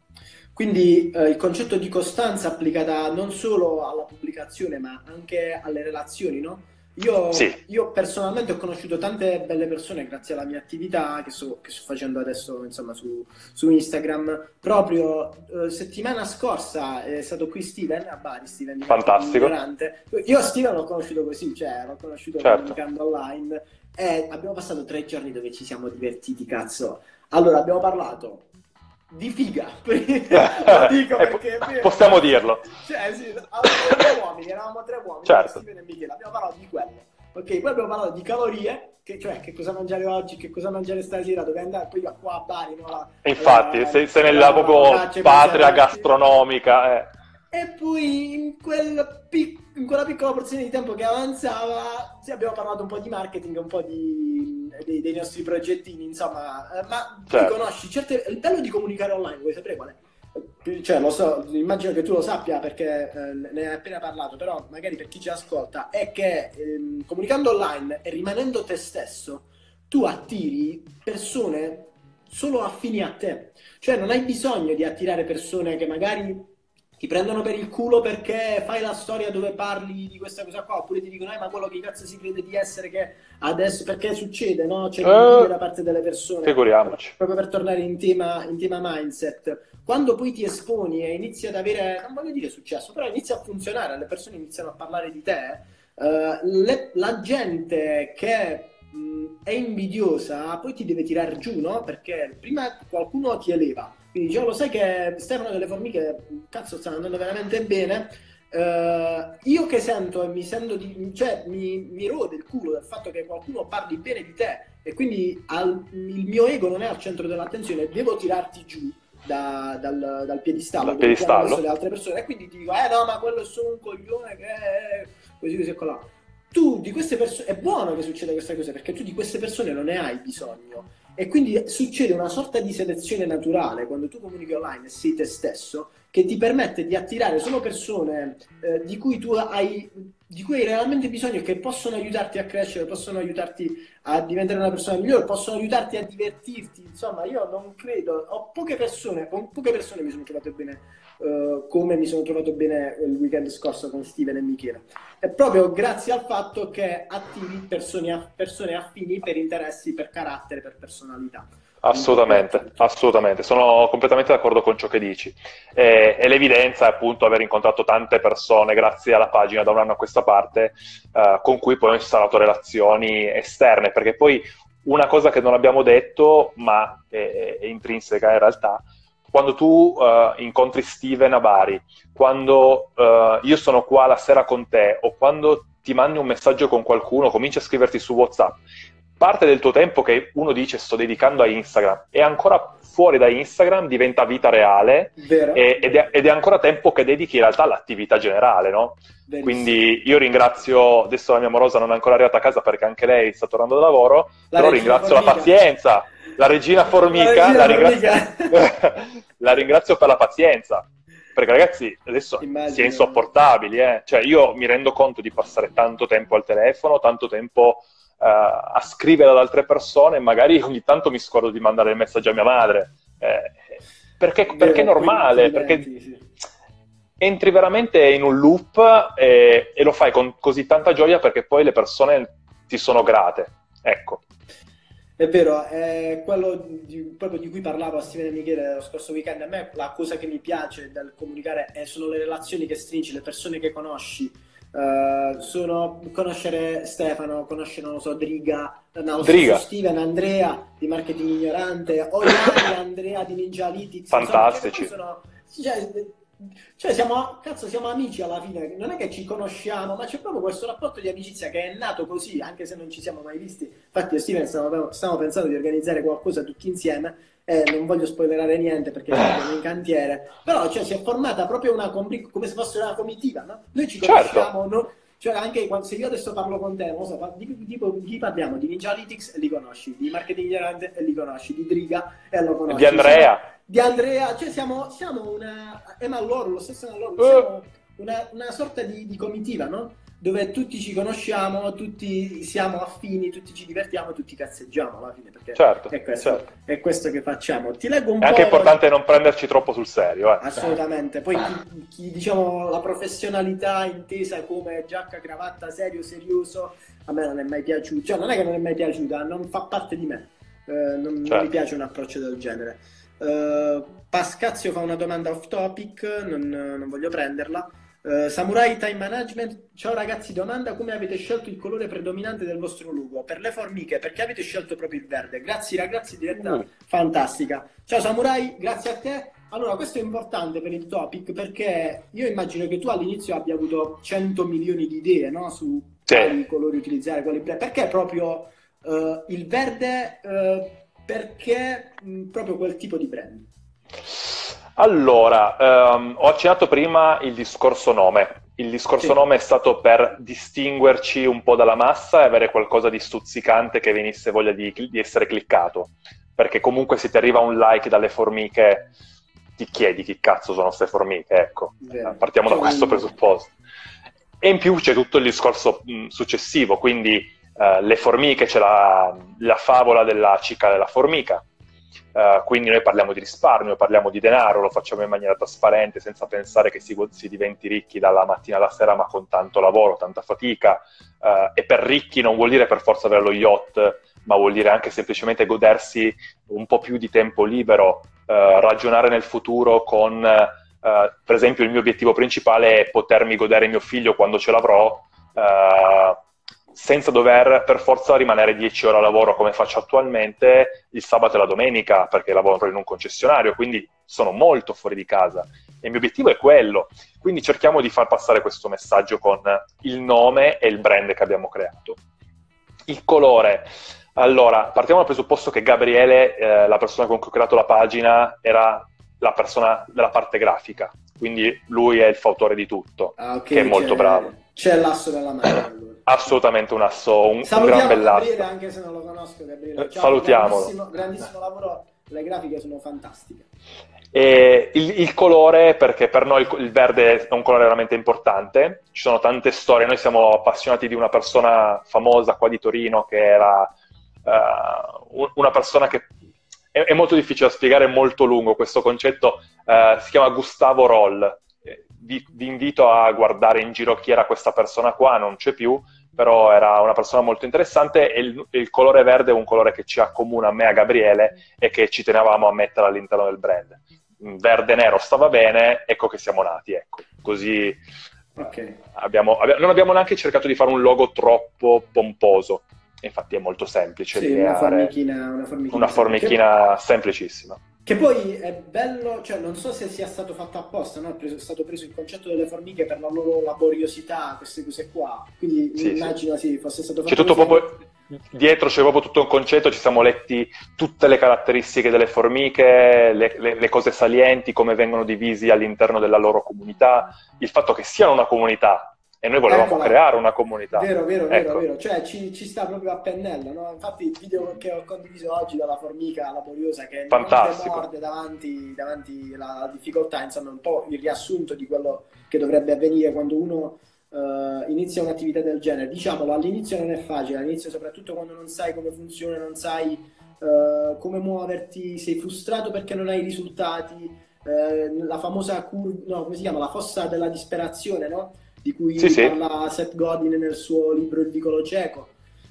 Quindi eh, il concetto di costanza applicata non solo alla pubblicazione, ma anche alle relazioni, no? Io, sì. io personalmente ho conosciuto tante belle persone grazie alla mia attività che sto, che sto facendo adesso, insomma, su, su Instagram. Proprio eh, settimana scorsa è stato qui Steven a Bari, Steven fantastico. Io Steven l'ho conosciuto così, cioè l'ho conosciuto certo. comunicando online, e abbiamo passato tre giorni dove ci siamo divertiti, cazzo. Allora abbiamo parlato di figa, lo dico perché possiamo dirlo. Cioè, sì, eravamo tre uomini, eravamo tre uomini, certo. Steven e Michele, abbiamo parlato di quello. Ok, poi abbiamo parlato di calorie, che, cioè che cosa mangiare oggi, che cosa mangiare stasera, dove andare, poi qua a Bari, no? La, infatti, la, sei, sei nella la, proprio la, patria gastronomica, eh. E poi in, quel pic- in quella piccola porzione di tempo che avanzava, sì, abbiamo parlato un po' di marketing, un po' di, dei, dei nostri progettini, insomma. Eh, ma certo. tu conosci, certe, il bello di comunicare online, vuoi sapere qual è? Cioè, lo so, immagino che tu lo sappia perché eh, ne hai appena parlato, però magari per chi ci ascolta, è che ehm, comunicando online e rimanendo te stesso, tu attiri persone solo affini a te. Cioè, non hai bisogno di attirare persone che magari ti prendono per il culo perché fai la storia dove parli di questa cosa qua, oppure ti dicono, eh, ma quello che cazzo si crede di essere che adesso, perché succede, no? C'è l'invidia Eh, da parte delle persone, figuriamoci. proprio per tornare in tema, in tema mindset. Quando poi ti esponi e inizi ad avere, non voglio dire successo, però inizia a funzionare, le persone iniziano a parlare di te, eh, le- la gente che mh, è invidiosa poi ti deve tirare giù, no? Perché prima qualcuno ti eleva. Quindi dicevo, lo sai che Stefano delle Formiche, cazzo, stanno andando veramente bene. Eh, io che sento e mi sento di, cioè mi, mi rode il culo del fatto che qualcuno parli bene di te e quindi al- il mio ego non è al centro dell'attenzione, devo tirarti giù da- dal, dal piedistallo Dal dove ti hanno messo piedistallo. le altre persone e quindi ti dico, eh no, ma quello è solo un coglione che è così così e colà. Tu di queste persone, è buono che succeda questa cosa perché tu di queste persone non ne hai bisogno e quindi succede una sorta di selezione naturale quando tu comunichi online e sei te stesso che ti permette di attirare solo persone eh, di cui tu hai, di cui hai realmente bisogno e che possono aiutarti a crescere, possono aiutarti a diventare una persona migliore, possono aiutarti a divertirti. Insomma, io non credo, ho poche persone, con poche persone mi sono trovato bene eh, come mi sono trovato bene il weekend scorso con Steven e Michele. È proprio grazie al fatto che attivi persone, persone affini per interessi, per carattere, per personalità. Assolutamente, assolutamente, sono completamente d'accordo con ciò che dici. E, e l'evidenza è appunto aver incontrato tante persone grazie alla pagina da un anno a questa parte, eh, con cui poi ho instaurato relazioni esterne, perché poi una cosa che non abbiamo detto, ma è, è intrinseca in realtà, quando tu eh, incontri Steven a Bari, quando eh, io sono qua la sera con te, o quando ti mandi un messaggio con qualcuno, cominci a scriverti su WhatsApp, parte del tuo tempo che uno dice sto dedicando a Instagram e ancora fuori da Instagram diventa vita reale e, ed, è, ed è ancora tempo che dedichi in realtà all'attività generale, no? Benissimo. Quindi io ringrazio, adesso la mia amorosa non è ancora arrivata a casa perché anche lei sta tornando da lavoro, La però regina ringrazio formica. la pazienza, la regina formica, La regina la, ringrazio, formica. la ringrazio per la pazienza. Perché ragazzi, adesso Immagino. si è insopportabili, eh? Cioè io mi rendo conto di passare tanto tempo al telefono, tanto tempo uh, a scrivere ad altre persone, magari ogni tanto mi scordo di mandare il messaggio a mia madre. Eh, perché, Vero, perché è normale, quindi perché diventi, sì. entri veramente in un loop e, e lo fai con così tanta gioia perché poi le persone ti sono grate. Ecco. È vero, è quello di, proprio di cui parlavo a Steven e Michele lo scorso weekend. A me la cosa che mi piace dal comunicare è, sono le relazioni che stringi, le persone che conosci. Uh, sono conoscere Stefano, conoscere, non lo so, Driga, no, lo Driga. stesso Steven, Andrea di Marketing Ignorante, o Iani, Andrea di Ninjalytics. Fantastici. Insomma, cioè, sono, cioè, cioè siamo, cazzo, siamo amici alla fine, non è che ci conosciamo, ma c'è proprio questo rapporto di amicizia che è nato così, anche se non ci siamo mai visti. Infatti io e Steven stiamo, stiamo pensando di organizzare qualcosa tutti insieme, eh, non voglio spoilerare niente perché siamo in cantiere, però cioè, si è formata proprio una, come se fosse una comitiva, no? Noi ci conosciamo, Certo. no? Cioè anche quando, se io adesso parlo con te, non lo so, di, di, di chi parliamo? Di Ninjalytics e li conosci, di Marketing Ignorante e li conosci, di Driga e lo conosci. Di Andrea. Siamo, di Andrea, cioè siamo, siamo una, Emma Loro, lo stesso Emma Loro, Uh. siamo una, una sorta di, di comitiva, no? Dove tutti ci conosciamo, tutti siamo affini, tutti ci divertiamo, tutti cazzeggiamo alla fine, perché certo, è, questo, certo. è questo che facciamo. Ti leggo un è po'... anche importante non prenderci troppo sul serio. Eh. Assolutamente, poi chi, chi, diciamo la professionalità intesa come giacca, cravatta, serio, serioso, a me non è mai piaciuto, cioè non è che non è mai piaciuta, non fa parte di me, eh, non, certo. non mi piace un approccio del genere. Uh, Pascazio fa una domanda off topic, non, non voglio prenderla. Uh, Samurai Time Management, ciao ragazzi, domanda: come avete scelto il colore predominante del vostro logo? Per le formiche, perché avete scelto proprio il verde? Grazie ragazzi, diretta uh. fantastica. Ciao Samurai, grazie a te. Allora, questo è importante per il topic perché io immagino che tu all'inizio abbia avuto cento milioni di idee, no? Su sì. quali colori utilizzare, quali... perché proprio uh, il verde, uh, perché mh, proprio quel tipo di brand? Allora, ehm, ho accennato prima il discorso nome. Il discorso sì. nome è stato per distinguerci un po' dalla massa e avere qualcosa di stuzzicante che venisse voglia di, di essere cliccato. Perché comunque se ti arriva un like dalle formiche, ti chiedi chi cazzo sono queste formiche, ecco. Vero. Partiamo da questo presupposto. E in più c'è tutto il discorso mh, successivo, quindi uh, le formiche, c'è la, la favola della cicala della formica. Uh, quindi noi parliamo di risparmio, parliamo di denaro, lo facciamo in maniera trasparente, senza pensare che si, si diventi ricchi dalla mattina alla sera, ma con tanto lavoro, tanta fatica. Uh, e per ricchi non vuol dire per forza avere lo yacht, ma vuol dire anche semplicemente godersi un po' più di tempo libero, uh, ragionare nel futuro con, uh, per esempio, il mio obiettivo principale è potermi godere mio figlio quando ce l'avrò, uh, senza dover per forza rimanere dieci ore a lavoro come faccio attualmente il sabato e la domenica, perché lavoro in un concessionario, quindi sono molto fuori di casa e il mio obiettivo è quello. Quindi cerchiamo di far passare questo messaggio con il nome e il brand che abbiamo creato. Il colore. Allora, partiamo dal presupposto che Gabriele, eh, la persona con cui ho creato la pagina, era la persona della parte grafica, quindi lui è il fautore di tutto, ah, okay, che è molto bravo. C'è l'asso nella mano. Allora. Assolutamente un asso, un, un gran bell'asso. Gabriele, anche se non lo conosco, Gabriele. Ciao, salutiamolo. Grandissimo, grandissimo lavoro, le grafiche sono fantastiche. E il, il colore, perché per noi il, il verde è un colore veramente importante, ci sono tante storie, noi siamo appassionati di una persona famosa qua di Torino che era uh, una persona che è, è molto difficile da spiegare, è molto lungo questo concetto, uh, si chiama Gustavo Roll. Vi, vi invito a guardare in giro chi era questa persona qua, non c'è più, però era una persona molto interessante e il, il colore verde è un colore che ci accomuna a me e a Gabriele e che ci tenevamo a mettere all'interno del brand. Verde e nero stava bene, ecco che siamo nati, ecco. Così okay. abbiamo, abbiamo, non abbiamo neanche cercato di fare un logo troppo pomposo, infatti è molto semplice. Sì, una formichina, una formichina, una formichina semplicissima. Che poi è bello, cioè non so se sia stato fatto apposta, no? È, preso, è stato preso il concetto delle formiche per la loro laboriosità, queste cose qua, quindi sì, immagino sì. sì, fosse stato fatto c'è tutto così. proprio dietro, c'è proprio tutto un concetto, ci siamo letti tutte le caratteristiche delle formiche, le, le, le cose salienti, come vengono divisi all'interno della loro comunità, il fatto che siano una comunità. E noi volevamo Eccola. creare una comunità. Vero, vero, ecco. vero, vero. Cioè ci, ci sta proprio a pennello, no? Infatti il video che ho condiviso oggi dalla formica laboriosa che Fantastico. morde davanti, davanti alla difficoltà, insomma è un po' il riassunto di quello che dovrebbe avvenire quando uno uh, inizia un'attività del genere. Diciamolo, all'inizio non è facile, all'inizio soprattutto quando non sai come funziona, non sai uh, come muoverti, sei frustrato perché non hai risultati, uh, la famosa curva, no, come si chiama? La fossa della disperazione, no? Di cui sì, parla sì. Seth Godin nel suo libro Il vicolo cieco.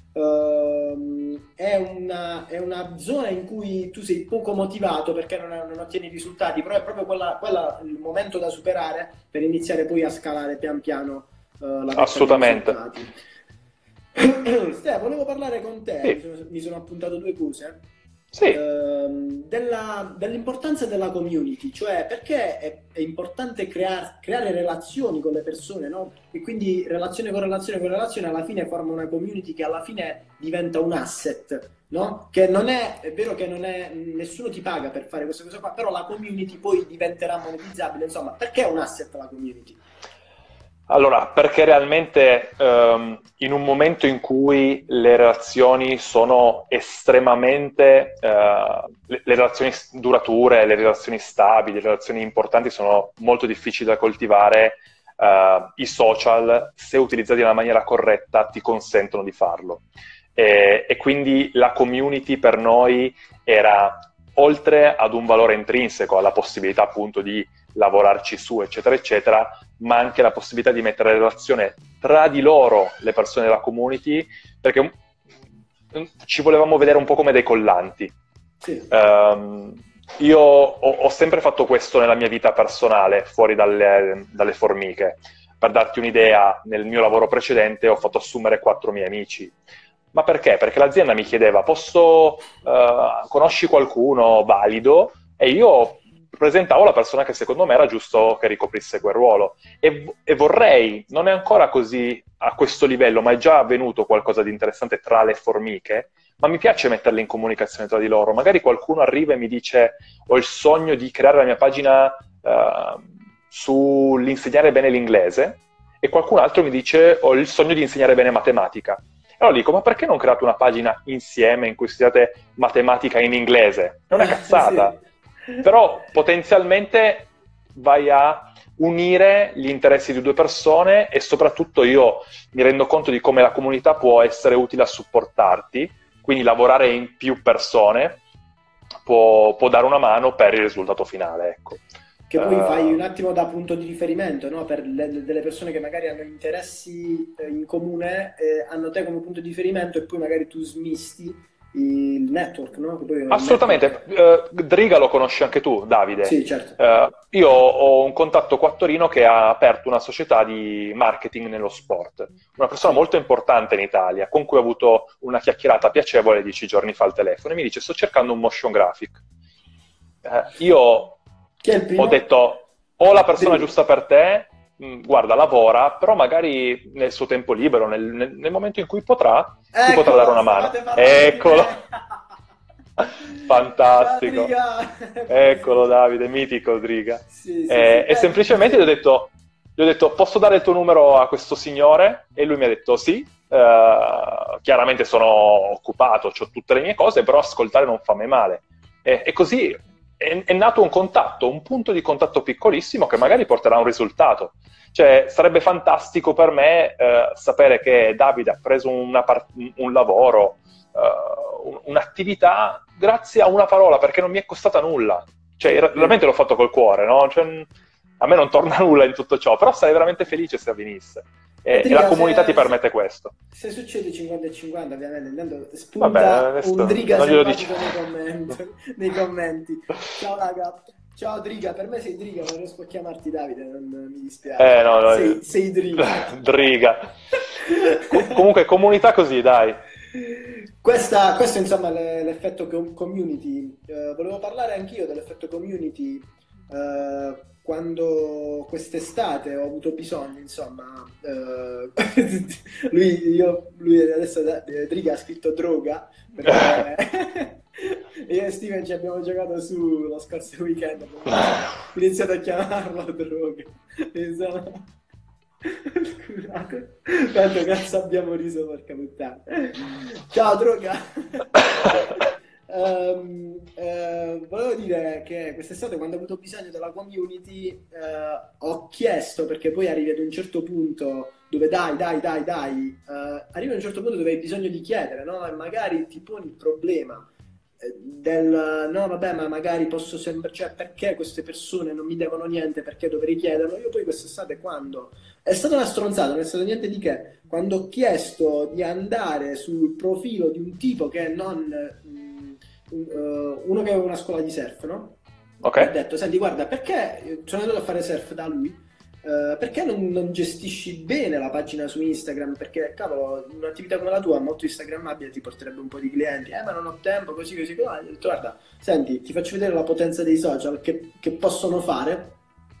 Uh, è, una, è una zona in cui tu sei poco motivato perché non, non ottieni risultati, però è proprio quella, quella il momento da superare per iniziare poi a scalare pian piano uh, la assolutamente. Ste, volevo parlare con te, sì. mi, sono, mi sono appuntato due cose. Sì. Uh, della, dell'importanza della community, cioè perché è, è importante crear, creare relazioni con le persone, no? E quindi relazione con relazione con relazione alla fine forma una community che alla fine diventa un asset, no? Che non è, è vero che non è, nessuno ti paga per fare queste cose qua, però la community poi diventerà monetizzabile, insomma, perché è un asset la community? Allora, perché realmente um, in un momento in cui le relazioni sono estremamente, uh, le, le relazioni durature, le relazioni stabili, le relazioni importanti sono molto difficili da coltivare, uh, i social, se utilizzati nella maniera corretta, ti consentono di farlo. E, e quindi la community per noi era, oltre ad un valore intrinseco, alla possibilità appunto di lavorarci su, eccetera, eccetera, ma anche la possibilità di mettere in relazione tra di loro le persone della community, perché ci volevamo vedere un po' come dei collanti. Sì. Um, io ho, ho sempre fatto questo nella mia vita personale, fuori dalle, dalle formiche. Per darti un'idea, nel mio lavoro precedente ho fatto assumere quattro miei amici. Ma perché? Perché l'azienda mi chiedeva, posso, uh, conosci qualcuno valido? E io presentavo la persona che secondo me era giusto che ricoprisse quel ruolo. E, e vorrei, non è ancora così a questo livello, ma è già avvenuto qualcosa di interessante tra le formiche, ma mi piace metterle in comunicazione tra di loro. Magari qualcuno arriva e mi dice, ho il sogno di creare la mia pagina uh, sull'insegnare bene l'inglese, e qualcun altro mi dice, ho il sogno di insegnare bene matematica. Allora dico, ma perché non create una pagina insieme in cui studiate matematica in inglese? È una cazzata. Sì. Però potenzialmente vai a unire gli interessi di due persone e soprattutto io mi rendo conto di come la comunità può essere utile a supportarti, quindi lavorare in più persone può, può dare una mano per il risultato finale, ecco. Che poi Uh, fai un attimo da punto di riferimento, no? Per le, delle persone che magari hanno interessi eh, in comune, eh, hanno te come punto di riferimento e poi magari tu smisti il network, no? Che poi assolutamente. network... Uh, Driga lo conosci anche tu, Davide. Sì, certo. Uh, io ho un contatto qua a Torino che ha aperto una società di marketing nello sport. Una persona molto importante in Italia, con cui ho avuto una chiacchierata piacevole dieci giorni fa al telefono, e mi dice: sto cercando un motion graphic. Uh, io Chi è il primo? ho detto: ho la persona Driga. giusta per te, mh, guarda, lavora, però magari nel suo tempo libero, nel, nel, nel momento in cui potrà, ti Eccolo, potrà dare una mano. Eccolo! Fantastico! Eccolo, Davide, mitico Driga. Sì, sì, eh, sì. E semplicemente gli ho detto, gli ho detto: posso dare il tuo numero a questo signore? E lui mi ha detto sì. Uh, chiaramente sono occupato, ho tutte le mie cose, però ascoltare non fa mai male. E, e così è, è nato un contatto, un punto di contatto piccolissimo che magari porterà a un risultato. Cioè, sarebbe fantastico per me uh, sapere che Davide ha preso una part- un lavoro, uh, un'attività grazie a una parola, perché non mi è costata nulla. Cioè, realmente l'ho fatto col cuore, no? Cioè, a me non torna nulla in tutto ciò, però sarei veramente felice se avvenisse. E, Driga, e la comunità se, ti permette questo. Se succede cinquanta e cinquanta, ovviamente, intanto Vabbè, spunta un Driga non glielo simpatico dico. nei commenti, nei commenti. Ciao raga, ciao Driga, per me sei Driga, non riesco a chiamarti Davide, non mi dispiace. Eh, no, no, sei, sei Driga. Driga. Com- comunque, comunità così, dai. Questa, questo insomma è l'effetto community. Uh, volevo parlare anch'io dell'effetto community uh, quando quest'estate ho avuto bisogno, insomma, uh, lui, io, lui adesso Driga ha scritto droga, perché io e Steven ci abbiamo giocato su lo scorso weekend, ho iniziato a chiamarlo droga. Insomma... Scusate, quanto cazzo abbiamo riso, porca puttana. Ciao droga. um, uh, volevo dire che quest'estate, quando ho avuto bisogno della community, uh, ho chiesto, perché poi arrivi ad un certo punto dove dai, dai, dai, dai, uh, arrivi ad un certo punto dove hai bisogno di chiedere, no? E magari ti poni il problema del no vabbè, ma magari posso sempre, cioè perché queste persone non mi devono niente, perché dovrei chiederlo. Io poi quest'estate, quando è stata una stronzata, non è stato niente di che, quando ho chiesto di andare sul profilo di un tipo che non mh, uh, uno che aveva una scuola di surf, no? Ok. Ho detto: senti, guarda, perché sono andato a fare surf da lui, Uh, perché non, non gestisci bene la pagina su Instagram? Perché cavolo, un'attività come la tua, molto instagrammabile, ti porterebbe un po' di clienti. Eh, ma non ho tempo, così così così. Ho detto: guarda, senti, ti faccio vedere la potenza dei social che, che possono fare.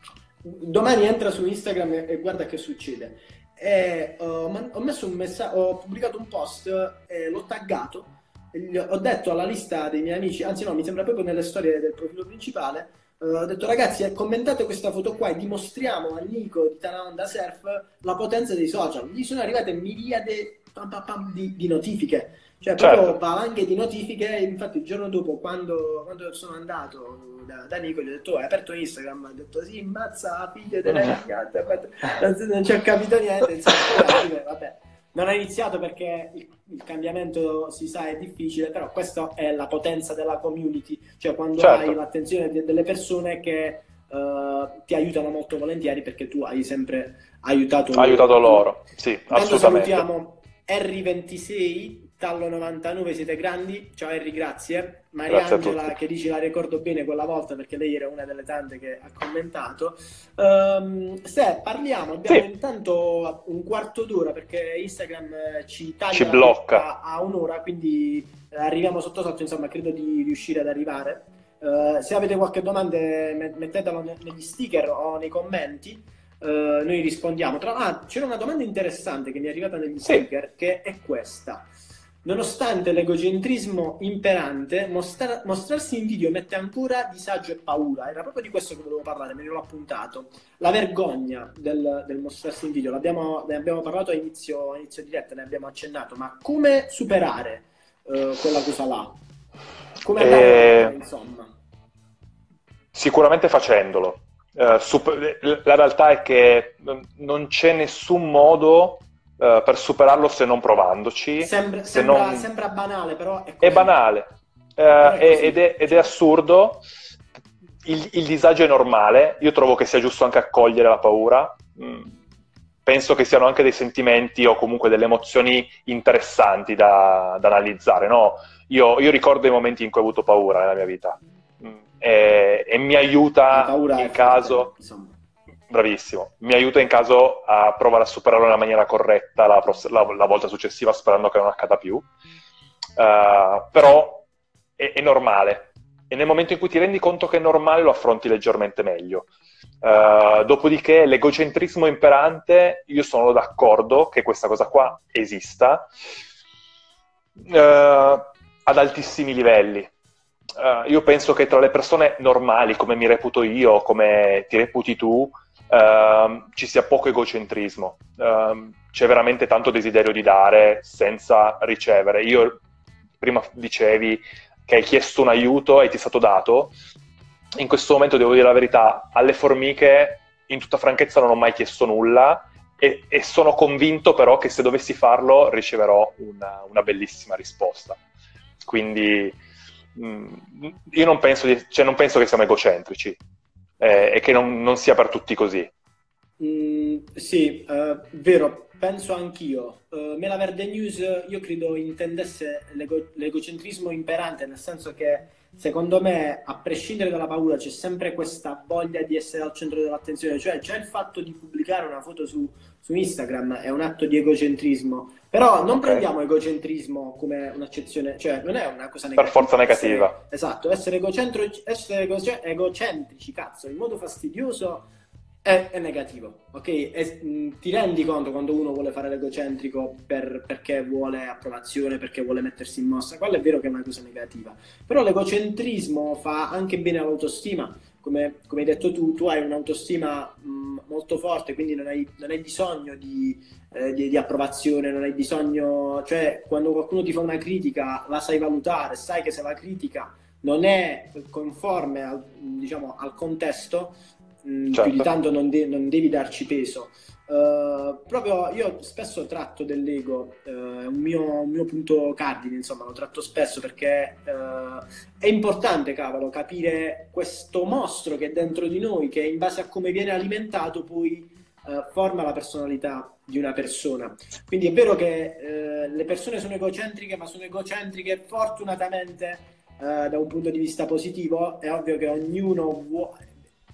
Domani entra su Instagram e, e guarda che succede. E uh, ho messo un messaggio, ho pubblicato un post e l'ho taggato. E ho detto alla lista dei miei amici, anzi no, mi sembra proprio nelle storie del profilo principale. Uh, ho detto: ragazzi, commentate questa foto qua e dimostriamo a Nico di Tanaonda Surf la potenza dei social. Gli sono arrivate miriade pam, pam, pam, di, di notifiche, cioè proprio Certo. valanghe di notifiche. Infatti il giorno dopo, quando, quando sono andato da, da Nico, gli ho detto: oh, hai aperto Instagram? Ha detto: sì, mazza, figlio delle cagnate, non, non ci ho capito niente. Insomma, poi, vabbè, non ha iniziato perché il, il cambiamento, si sa, è difficile, però questa è la potenza della community, cioè quando Certo. hai l'attenzione de- delle persone che uh, ti aiutano molto volentieri, perché tu hai sempre aiutato loro. aiutato loro, sì, Intanto assolutamente. salutiamo Harry ventisei, Tallo novantanove, siete grandi. Ciao Harry, grazie. Mariangela, che dici: la ricordo bene quella volta, perché lei era una delle tante che ha commentato. Um, se parliamo, abbiamo Sì. intanto un quarto d'ora, perché Instagram ci taglia Ci la blocca diretta a un'ora, quindi arriviamo sotto sotto, insomma, credo di riuscire ad arrivare. Uh, se avete qualche domanda, mettetelo negli sticker o nei commenti. Uh, noi rispondiamo. Tra l'altro, ah, c'era una domanda interessante che mi è arrivata negli sticker, sì, che è questa: nonostante l'egocentrismo imperante, mostra- mostrarsi in video mette ancora disagio e paura. Era proprio di questo che volevo parlare, me l'ho appuntato. La vergogna del, del mostrarsi in video, l'abbiamo, ne abbiamo parlato a inizio, a inizio diretta, ne abbiamo accennato, ma come superare uh, quella cosa là? Come andare eh, oltre, insomma? Sicuramente facendolo. Uh, super- la realtà è che non c'è nessun modo uh, per superarlo se non provandoci. Sembra, se sembra, non... sembra banale, però è così. È banale, eh, è così. ed, è, ed è assurdo. Il, il disagio è normale, io trovo che sia giusto anche accogliere la paura. Mm. Penso che siano anche dei sentimenti o comunque delle emozioni interessanti da, da analizzare, no? Io, io ricordo i momenti in cui ho avuto paura nella mia vita, mm, e, e mi La aiuta paura è in forte, caso, insomma. bravissimo, mi aiuta in caso a provare a superarlo nella maniera corretta la, pross- la, la volta successiva, sperando che non accada più. Uh, però è, è normale, e nel momento in cui ti rendi conto che è normale lo affronti leggermente meglio. Uh, dopodiché l'egocentrismo imperante, io sono d'accordo che questa cosa qua esista uh, ad altissimi livelli. Uh, io penso che tra le persone normali, come mi reputo io, come ti reputi tu, uh, ci sia poco egocentrismo. Uh, c'è veramente tanto desiderio di dare senza ricevere. Io, prima dicevi che hai chiesto un aiuto e ti è stato dato. In questo momento, devo dire la verità, alle formiche, in tutta franchezza, non ho mai chiesto nulla, e, e sono convinto però che se dovessi farlo riceverò una, una bellissima risposta. Quindi mh, io non penso, di, cioè non penso che siamo egocentrici, eh, e che non, non sia per tutti così. Mm, sì, eh, vero, penso anch'io. Uh, Mela Verde News, io credo intendesse l'ego- l'egocentrismo imperante, nel senso che secondo me, a prescindere dalla paura, c'è sempre questa voglia di essere al centro dell'attenzione. Cioè, già il fatto di pubblicare una foto su, su Instagram è un atto di egocentrismo. Però non Okay. prendiamo egocentrismo come un'accezione, cioè non è una cosa Per forza negativa. negativa. Essere, esatto, essere, egocentro, essere egoce- egocentrici, cazzo, in modo fastidioso è, è negativo, ok? E, mh, ti rendi conto quando uno vuole fare l'egocentrico per- perché vuole approvazione, perché vuole mettersi in mossa? Quello è vero che è una cosa negativa. Però l'egocentrismo fa anche bene all'autostima. Come, come hai detto tu, tu hai un'autostima mh, molto forte, quindi non hai, non hai bisogno di, eh, di, di approvazione, non hai bisogno, cioè quando qualcuno ti fa una critica la sai valutare, sai che se la critica non è conforme al, diciamo, al contesto, mh, più di Certo. tanto non, de- non devi darci peso. Uh, proprio io spesso tratto dell'ego, uh, è un mio, un mio punto cardine, insomma, lo tratto spesso perché uh, è importante, cavolo, capire questo mostro che è dentro di noi, che in base a come viene alimentato poi uh, forma la personalità di una persona. Quindi è vero che uh, le persone sono egocentriche, ma sono egocentriche fortunatamente uh, da un punto di vista positivo. È ovvio che ognuno vuole.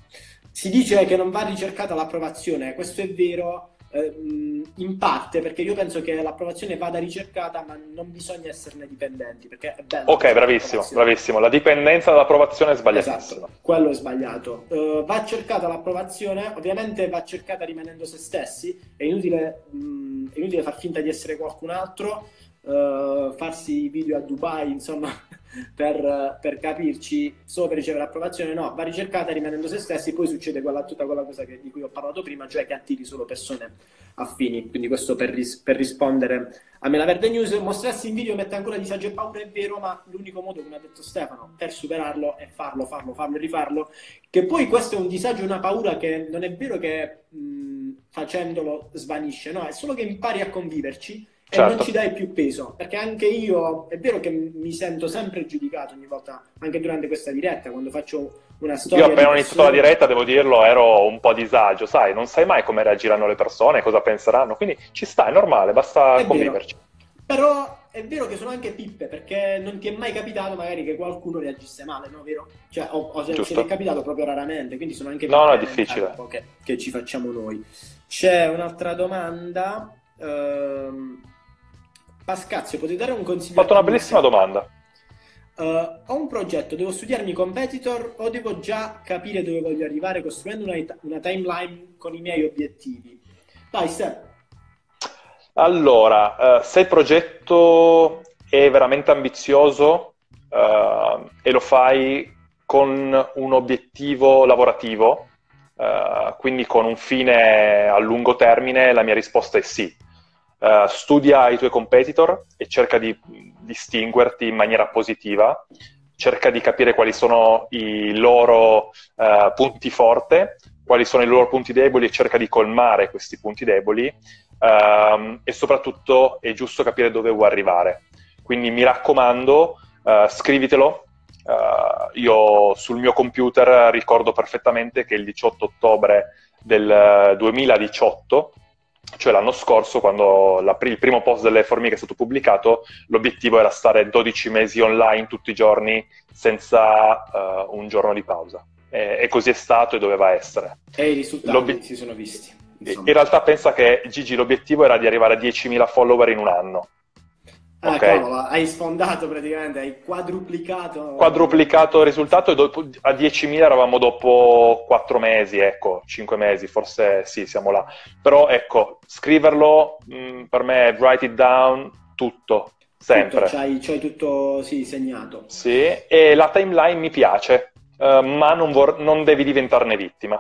Si dice che non va ricercata l'approvazione, questo è vero eh, in parte, perché io penso che l'approvazione vada ricercata, ma non bisogna esserne dipendenti, perché è bello. Ok, bravissimo, bravissimo. La dipendenza dall'approvazione è sbagliatissima. Esatto, quello è sbagliato. Uh, va cercata l'approvazione, ovviamente va cercata rimanendo se stessi, è inutile, mh, è inutile far finta di essere qualcun altro, uh, farsi video a Dubai, insomma, per, per capirci, solo per ricevere l'approvazione. No, va ricercata rimanendo se stessi, poi succede quella, tutta quella cosa che, di cui ho parlato prima, cioè che attiri solo persone affini. Quindi questo per, ris- per rispondere a Mela Verde News. Mostrarsi in video mette ancora disagio e paura, è vero, ma l'unico modo, come ha detto Stefano, per superarlo è farlo, farlo, farlo e rifarlo. Che poi questo è un disagio e una paura che non è vero che mh, facendolo svanisce, no, è solo che impari a conviverci e Certo. non ci dai più peso, perché anche io è vero che mi sento sempre giudicato ogni volta, anche durante questa diretta, quando faccio una storia. Io appena ho di iniziato la persone... diretta, devo dirlo, ero un po' a disagio, sai, non sai mai come reagiranno le persone, cosa penseranno, quindi ci sta, è normale, basta È conviverci. vero. Però è vero che sono anche pippe, perché non ti è mai capitato magari che qualcuno reagisse male, no? Vero? Cioè, o, o se, se ti Giusto. è capitato proprio raramente, quindi sono anche No, no, è pippe difficile. un po' che, che ci facciamo noi. C'è un'altra domanda. Ehm... Pascazio, potete dare un Ho consiglio a fatto una chi bellissima inizia? domanda. Uh, ho un progetto, devo studiarmi competitor o devo già capire dove voglio arrivare costruendo una, una timeline con i miei obiettivi? Vai, Steph. Allora, eh, se il progetto è veramente ambizioso eh, e lo fai con un obiettivo lavorativo, eh, quindi con un fine a lungo termine, la mia risposta è sì. Uh, studia i tuoi competitor e cerca di distinguerti in maniera positiva, cerca di capire quali sono i loro uh, punti forti, quali sono i loro punti deboli e cerca di colmare questi punti deboli, uh, e soprattutto è giusto capire dove vuoi arrivare. Quindi mi raccomando, uh, scrivitelo. Uh, io sul mio computer ricordo perfettamente che il diciotto ottobre del duemiladiciotto, cioè l'anno scorso, quando la, il primo post delle formiche è stato pubblicato, l'obiettivo era stare dodici mesi online tutti i giorni senza uh, un giorno di pausa. E, e così è stato e doveva essere. E i risultati L'obiet- si sono visti. Insomma. In realtà pensa che, Gigi, l'obiettivo era di arrivare a diecimila follower in un anno. Ah, okay. Cavolo, hai sfondato praticamente, hai quadruplicato. Quadruplicato il risultato e dopo, a diecimila eravamo dopo quattro mesi, ecco, cinque mesi, forse sì, siamo là. Però ecco, scriverlo mh, per me, write it down, tutto, sempre. Tutto, c'hai, c'hai tutto, sì, segnato. Sì, e la timeline mi piace, uh, ma non, vor- non devi diventarne vittima.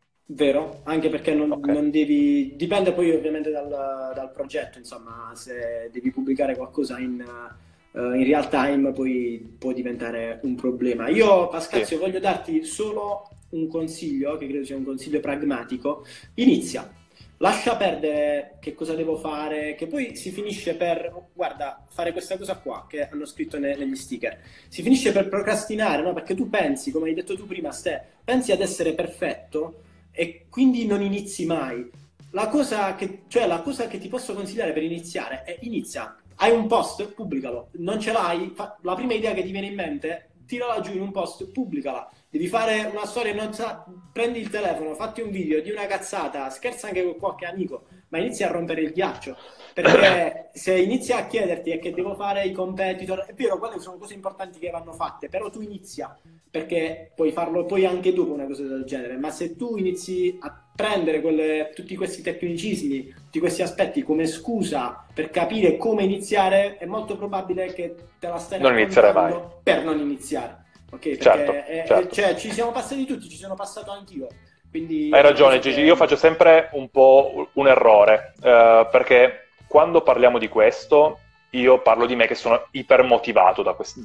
Vero, anche perché non, okay. non devi, dipende poi ovviamente dal, dal progetto, insomma, se devi pubblicare qualcosa in, uh, in real time poi può diventare un problema. Io, Pascazio, sì. voglio darti solo un consiglio, che credo sia un consiglio pragmatico: inizia, lascia perdere che cosa devo fare, che poi si finisce per, guarda, fare questa cosa qua, che hanno scritto ne, negli sticker, si finisce per procrastinare, no? Perché tu pensi, come hai detto tu prima, Ste, pensi ad essere perfetto, e quindi non inizi mai. La cosa che, cioè la cosa che ti posso consigliare per iniziare è: inizia, hai un post, pubblicalo, non ce l'hai, fa, la prima idea che ti viene in mente, tirala giù in un post, pubblicala. Devi fare una storia, non sa, prendi il telefono, fatti un video di una cazzata, scherza anche con qualche amico, ma inizia a rompere il ghiaccio. Perché se inizi a chiederti: è che devo fare i competitor, è vero, quelle sono cose importanti che vanno fatte, però tu inizia, perché puoi farlo poi anche dopo una cosa del genere. Ma se tu inizi a prendere quelle, tutti questi tecnicismi, tutti questi aspetti come scusa per capire come iniziare, è molto probabile che te la stai non inizierai mai per non iniziare. Ok, perché certo, è, certo. Cioè, ci siamo passati tutti, ci sono passato anch'io. Quindi hai ragione, Gigi, che... io faccio sempre un po' un errore, eh, perché quando parliamo di questo, io parlo di me che sono ipermotivato da questo.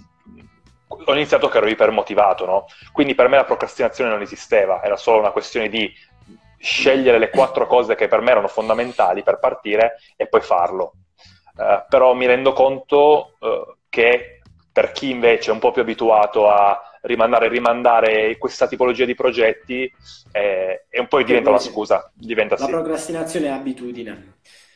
Ho iniziato che ero ipermotivato, no? Quindi per me la procrastinazione non esisteva, era solo una questione di scegliere le quattro cose che per me erano fondamentali per partire e poi farlo. Uh, però mi rendo conto uh, che per chi invece è un po' più abituato a rimandare e rimandare questa tipologia di progetti, eh, è un po' diventa una scusa. Diventa la sì. procrastinazione è abitudine.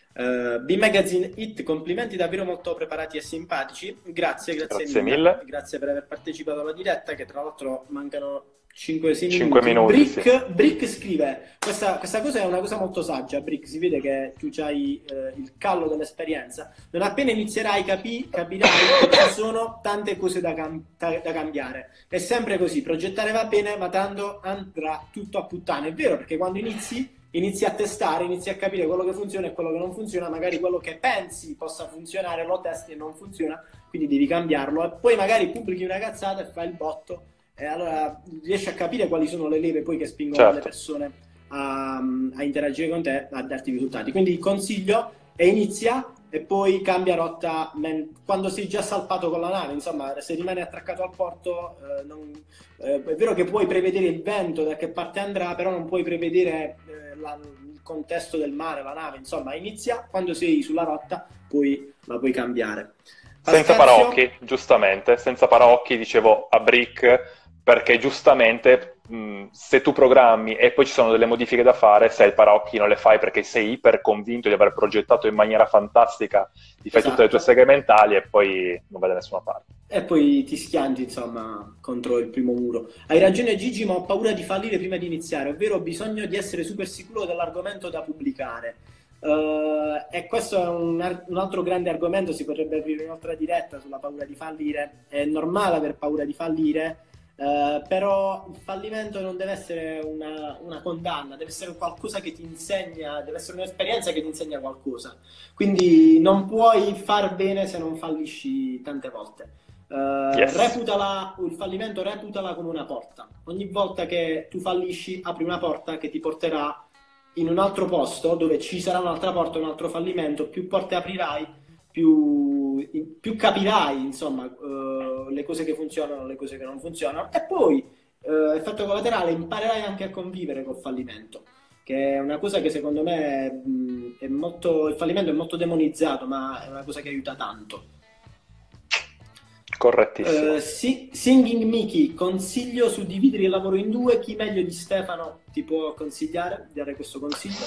Uh, B-Magazine Hit, complimenti, davvero molto preparati e simpatici. Grazie, grazie, grazie mille. mille. Grazie per aver partecipato alla diretta, che tra l'altro mancano cinque sei minuti. minuti Brick, sì. Brick scrive, questa, questa cosa è una cosa molto saggia, Brick, si vede che tu hai eh, il callo dell'esperienza. Non appena inizierai capi, capirai che ci sono tante cose da, cam- da cambiare. È sempre così, progettare va bene, ma tanto andrà tutto a puttane. È vero, perché quando inizi inizi a testare, inizi a capire quello che funziona e quello che non funziona, magari quello che pensi possa funzionare lo testi e non funziona, quindi devi cambiarlo, e poi magari pubblichi una cazzata e fai il botto, e allora riesci a capire quali sono le leve poi che spingono certo. le persone a, a interagire con te, a darti risultati. Quindi il consiglio è: inizia e poi cambia rotta quando sei già salpato con la nave. Insomma, se rimani attraccato al porto, eh, non, eh, è vero che puoi prevedere il vento da che parte andrà, però non puoi prevedere eh, la, il contesto del mare, la nave. Insomma, inizia, quando sei sulla rotta poi la puoi cambiare. Senza paraocchi, giustamente, senza paraocchi, dicevo a Brick, perché giustamente mh, se tu programmi e poi ci sono delle modifiche da fare, se il paraocchi non le fai perché sei iper convinto di aver progettato in maniera fantastica, ti fai esatto. tutte le tue segmentali e poi non vai da nessuna parte. E poi ti schianti, insomma, contro il primo muro. Hai ragione, Gigi, ma ho paura di fallire prima di iniziare, ovvero ho bisogno di essere super sicuro dell'argomento da pubblicare. Uh, e questo è un, un altro grande argomento, si potrebbe aprire un'altra diretta sulla paura di fallire. È normale aver paura di fallire, uh, però il fallimento non deve essere una, una condanna, deve essere qualcosa che ti insegna, deve essere un'esperienza che ti insegna qualcosa. Quindi non puoi far bene se non fallisci tante volte. Uh, yes. reputala, il fallimento reputala come una porta. Ogni volta che tu fallisci apri una porta che ti porterà in un altro posto dove ci sarà un'altra porta, un altro fallimento. Più porte aprirai, più, più capirai, insomma, uh, le cose che funzionano, le cose che non funzionano, e poi uh, effetto collaterale, imparerai anche a convivere col fallimento, che è una cosa che secondo me mh, è molto, il fallimento è molto demonizzato, ma è una cosa che aiuta tanto. Correttissimo. Uh, si- Singing Mickey, consiglio su dividere il lavoro in due, chi meglio di Stefano ti può consigliare, dare questo consiglio?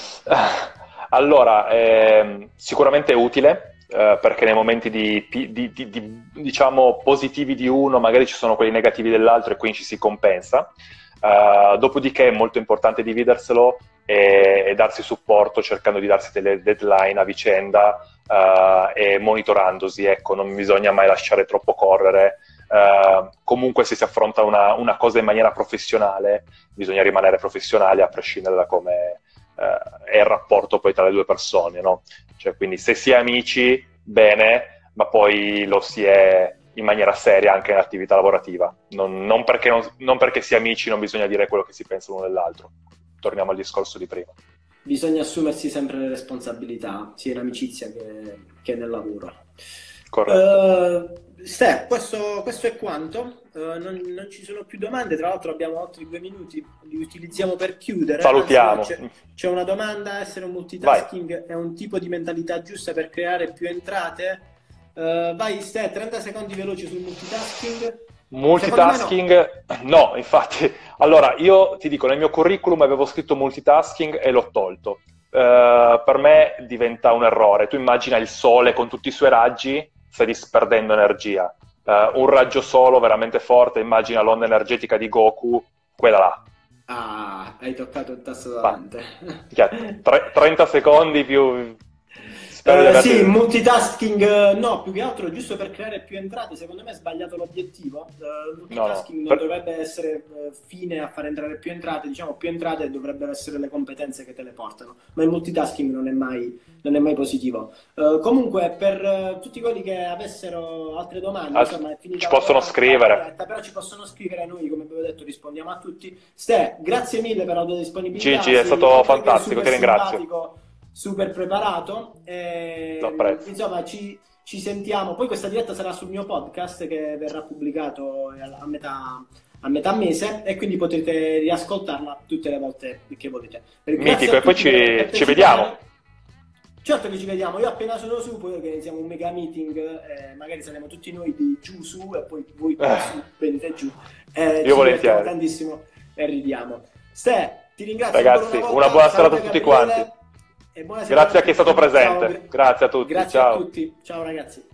Allora, ehm, sicuramente è utile, eh, perché nei momenti di, di- di- di- diciamo positivi di uno magari ci sono quelli negativi dell'altro e quindi ci si compensa. Uh, dopodiché è molto importante dividerselo e, e darsi supporto cercando di darsi delle deadline a vicenda, uh, e monitorandosi, ecco, non bisogna mai lasciare troppo correre. Uh, comunque se si affronta una, una cosa in maniera professionale bisogna rimanere professionali a prescindere da come uh, è il rapporto poi tra le due persone, no? Cioè, quindi se si è amici, bene, ma poi lo si è in maniera seria anche nell'attività lavorativa. Non, non, perché non, non perché si è amici non bisogna dire quello che si pensa l'uno dell'altro. Torniamo al discorso di prima. Bisogna assumersi sempre le responsabilità, sia in amicizia che, che nel lavoro. Corretto. Uh, Ste, questo, questo è quanto. Uh, non, non ci sono più domande, tra l'altro abbiamo altri due minuti, li utilizziamo per chiudere. Salutiamo. Anzi, no, c'è, c'è una domanda: essere un multitasking Vai. È un tipo di mentalità giusta per creare più entrate? Uh, vai Ste, trenta secondi veloci sul multitasking. Multitasking, no. no, infatti, allora io ti dico, nel mio curriculum avevo scritto multitasking e l'ho tolto. Uh, per me diventa un errore. Tu immagina il sole con tutti i suoi raggi, stai disperdendo energia. Uh, un raggio solo veramente forte, immagina l'onda energetica di Goku, quella là. Ah, hai toccato il tasto davanti. Tre, trenta secondi più... Uh, sì, multitasking no, più che altro giusto per creare più entrate. Secondo me è sbagliato l'obiettivo. Uh, il multitasking no, no. non per... dovrebbe essere uh, fine a far entrare più entrate. Diciamo, più entrate dovrebbero essere le competenze che te le portano, ma il multitasking non è mai, non è mai positivo. Uh, comunque, per uh, tutti quelli che avessero altre domande, Alt- insomma, è finita ci possono scrivere diretta, però ci possono scrivere. Noi, come avevo detto, rispondiamo a tutti. Ste, grazie mille per la tua disponibilità. Gigi, è stato fantastico, ti ringrazio. Super preparato, e, insomma ci, ci sentiamo. Poi questa diretta sarà sul mio podcast che verrà pubblicato a metà, a metà mese, e quindi potrete riascoltarla tutte le volte che volete. Mitico, e poi ci, ci vediamo. Certo che ci vediamo. Io appena sono su, poi organizziamo un mega meeting, eh, magari saremo tutti noi di giù su e poi voi eh. su venite giù. Eh, Io volentieri tantissimo e ridiamo. Ste, ti ringrazio. Ragazzi, una, una buona serata a tutti quanti. E grazie a chi è stato presente. Ciao. Grazie a tutti. Grazie Ciao. a tutti. Ciao ragazzi.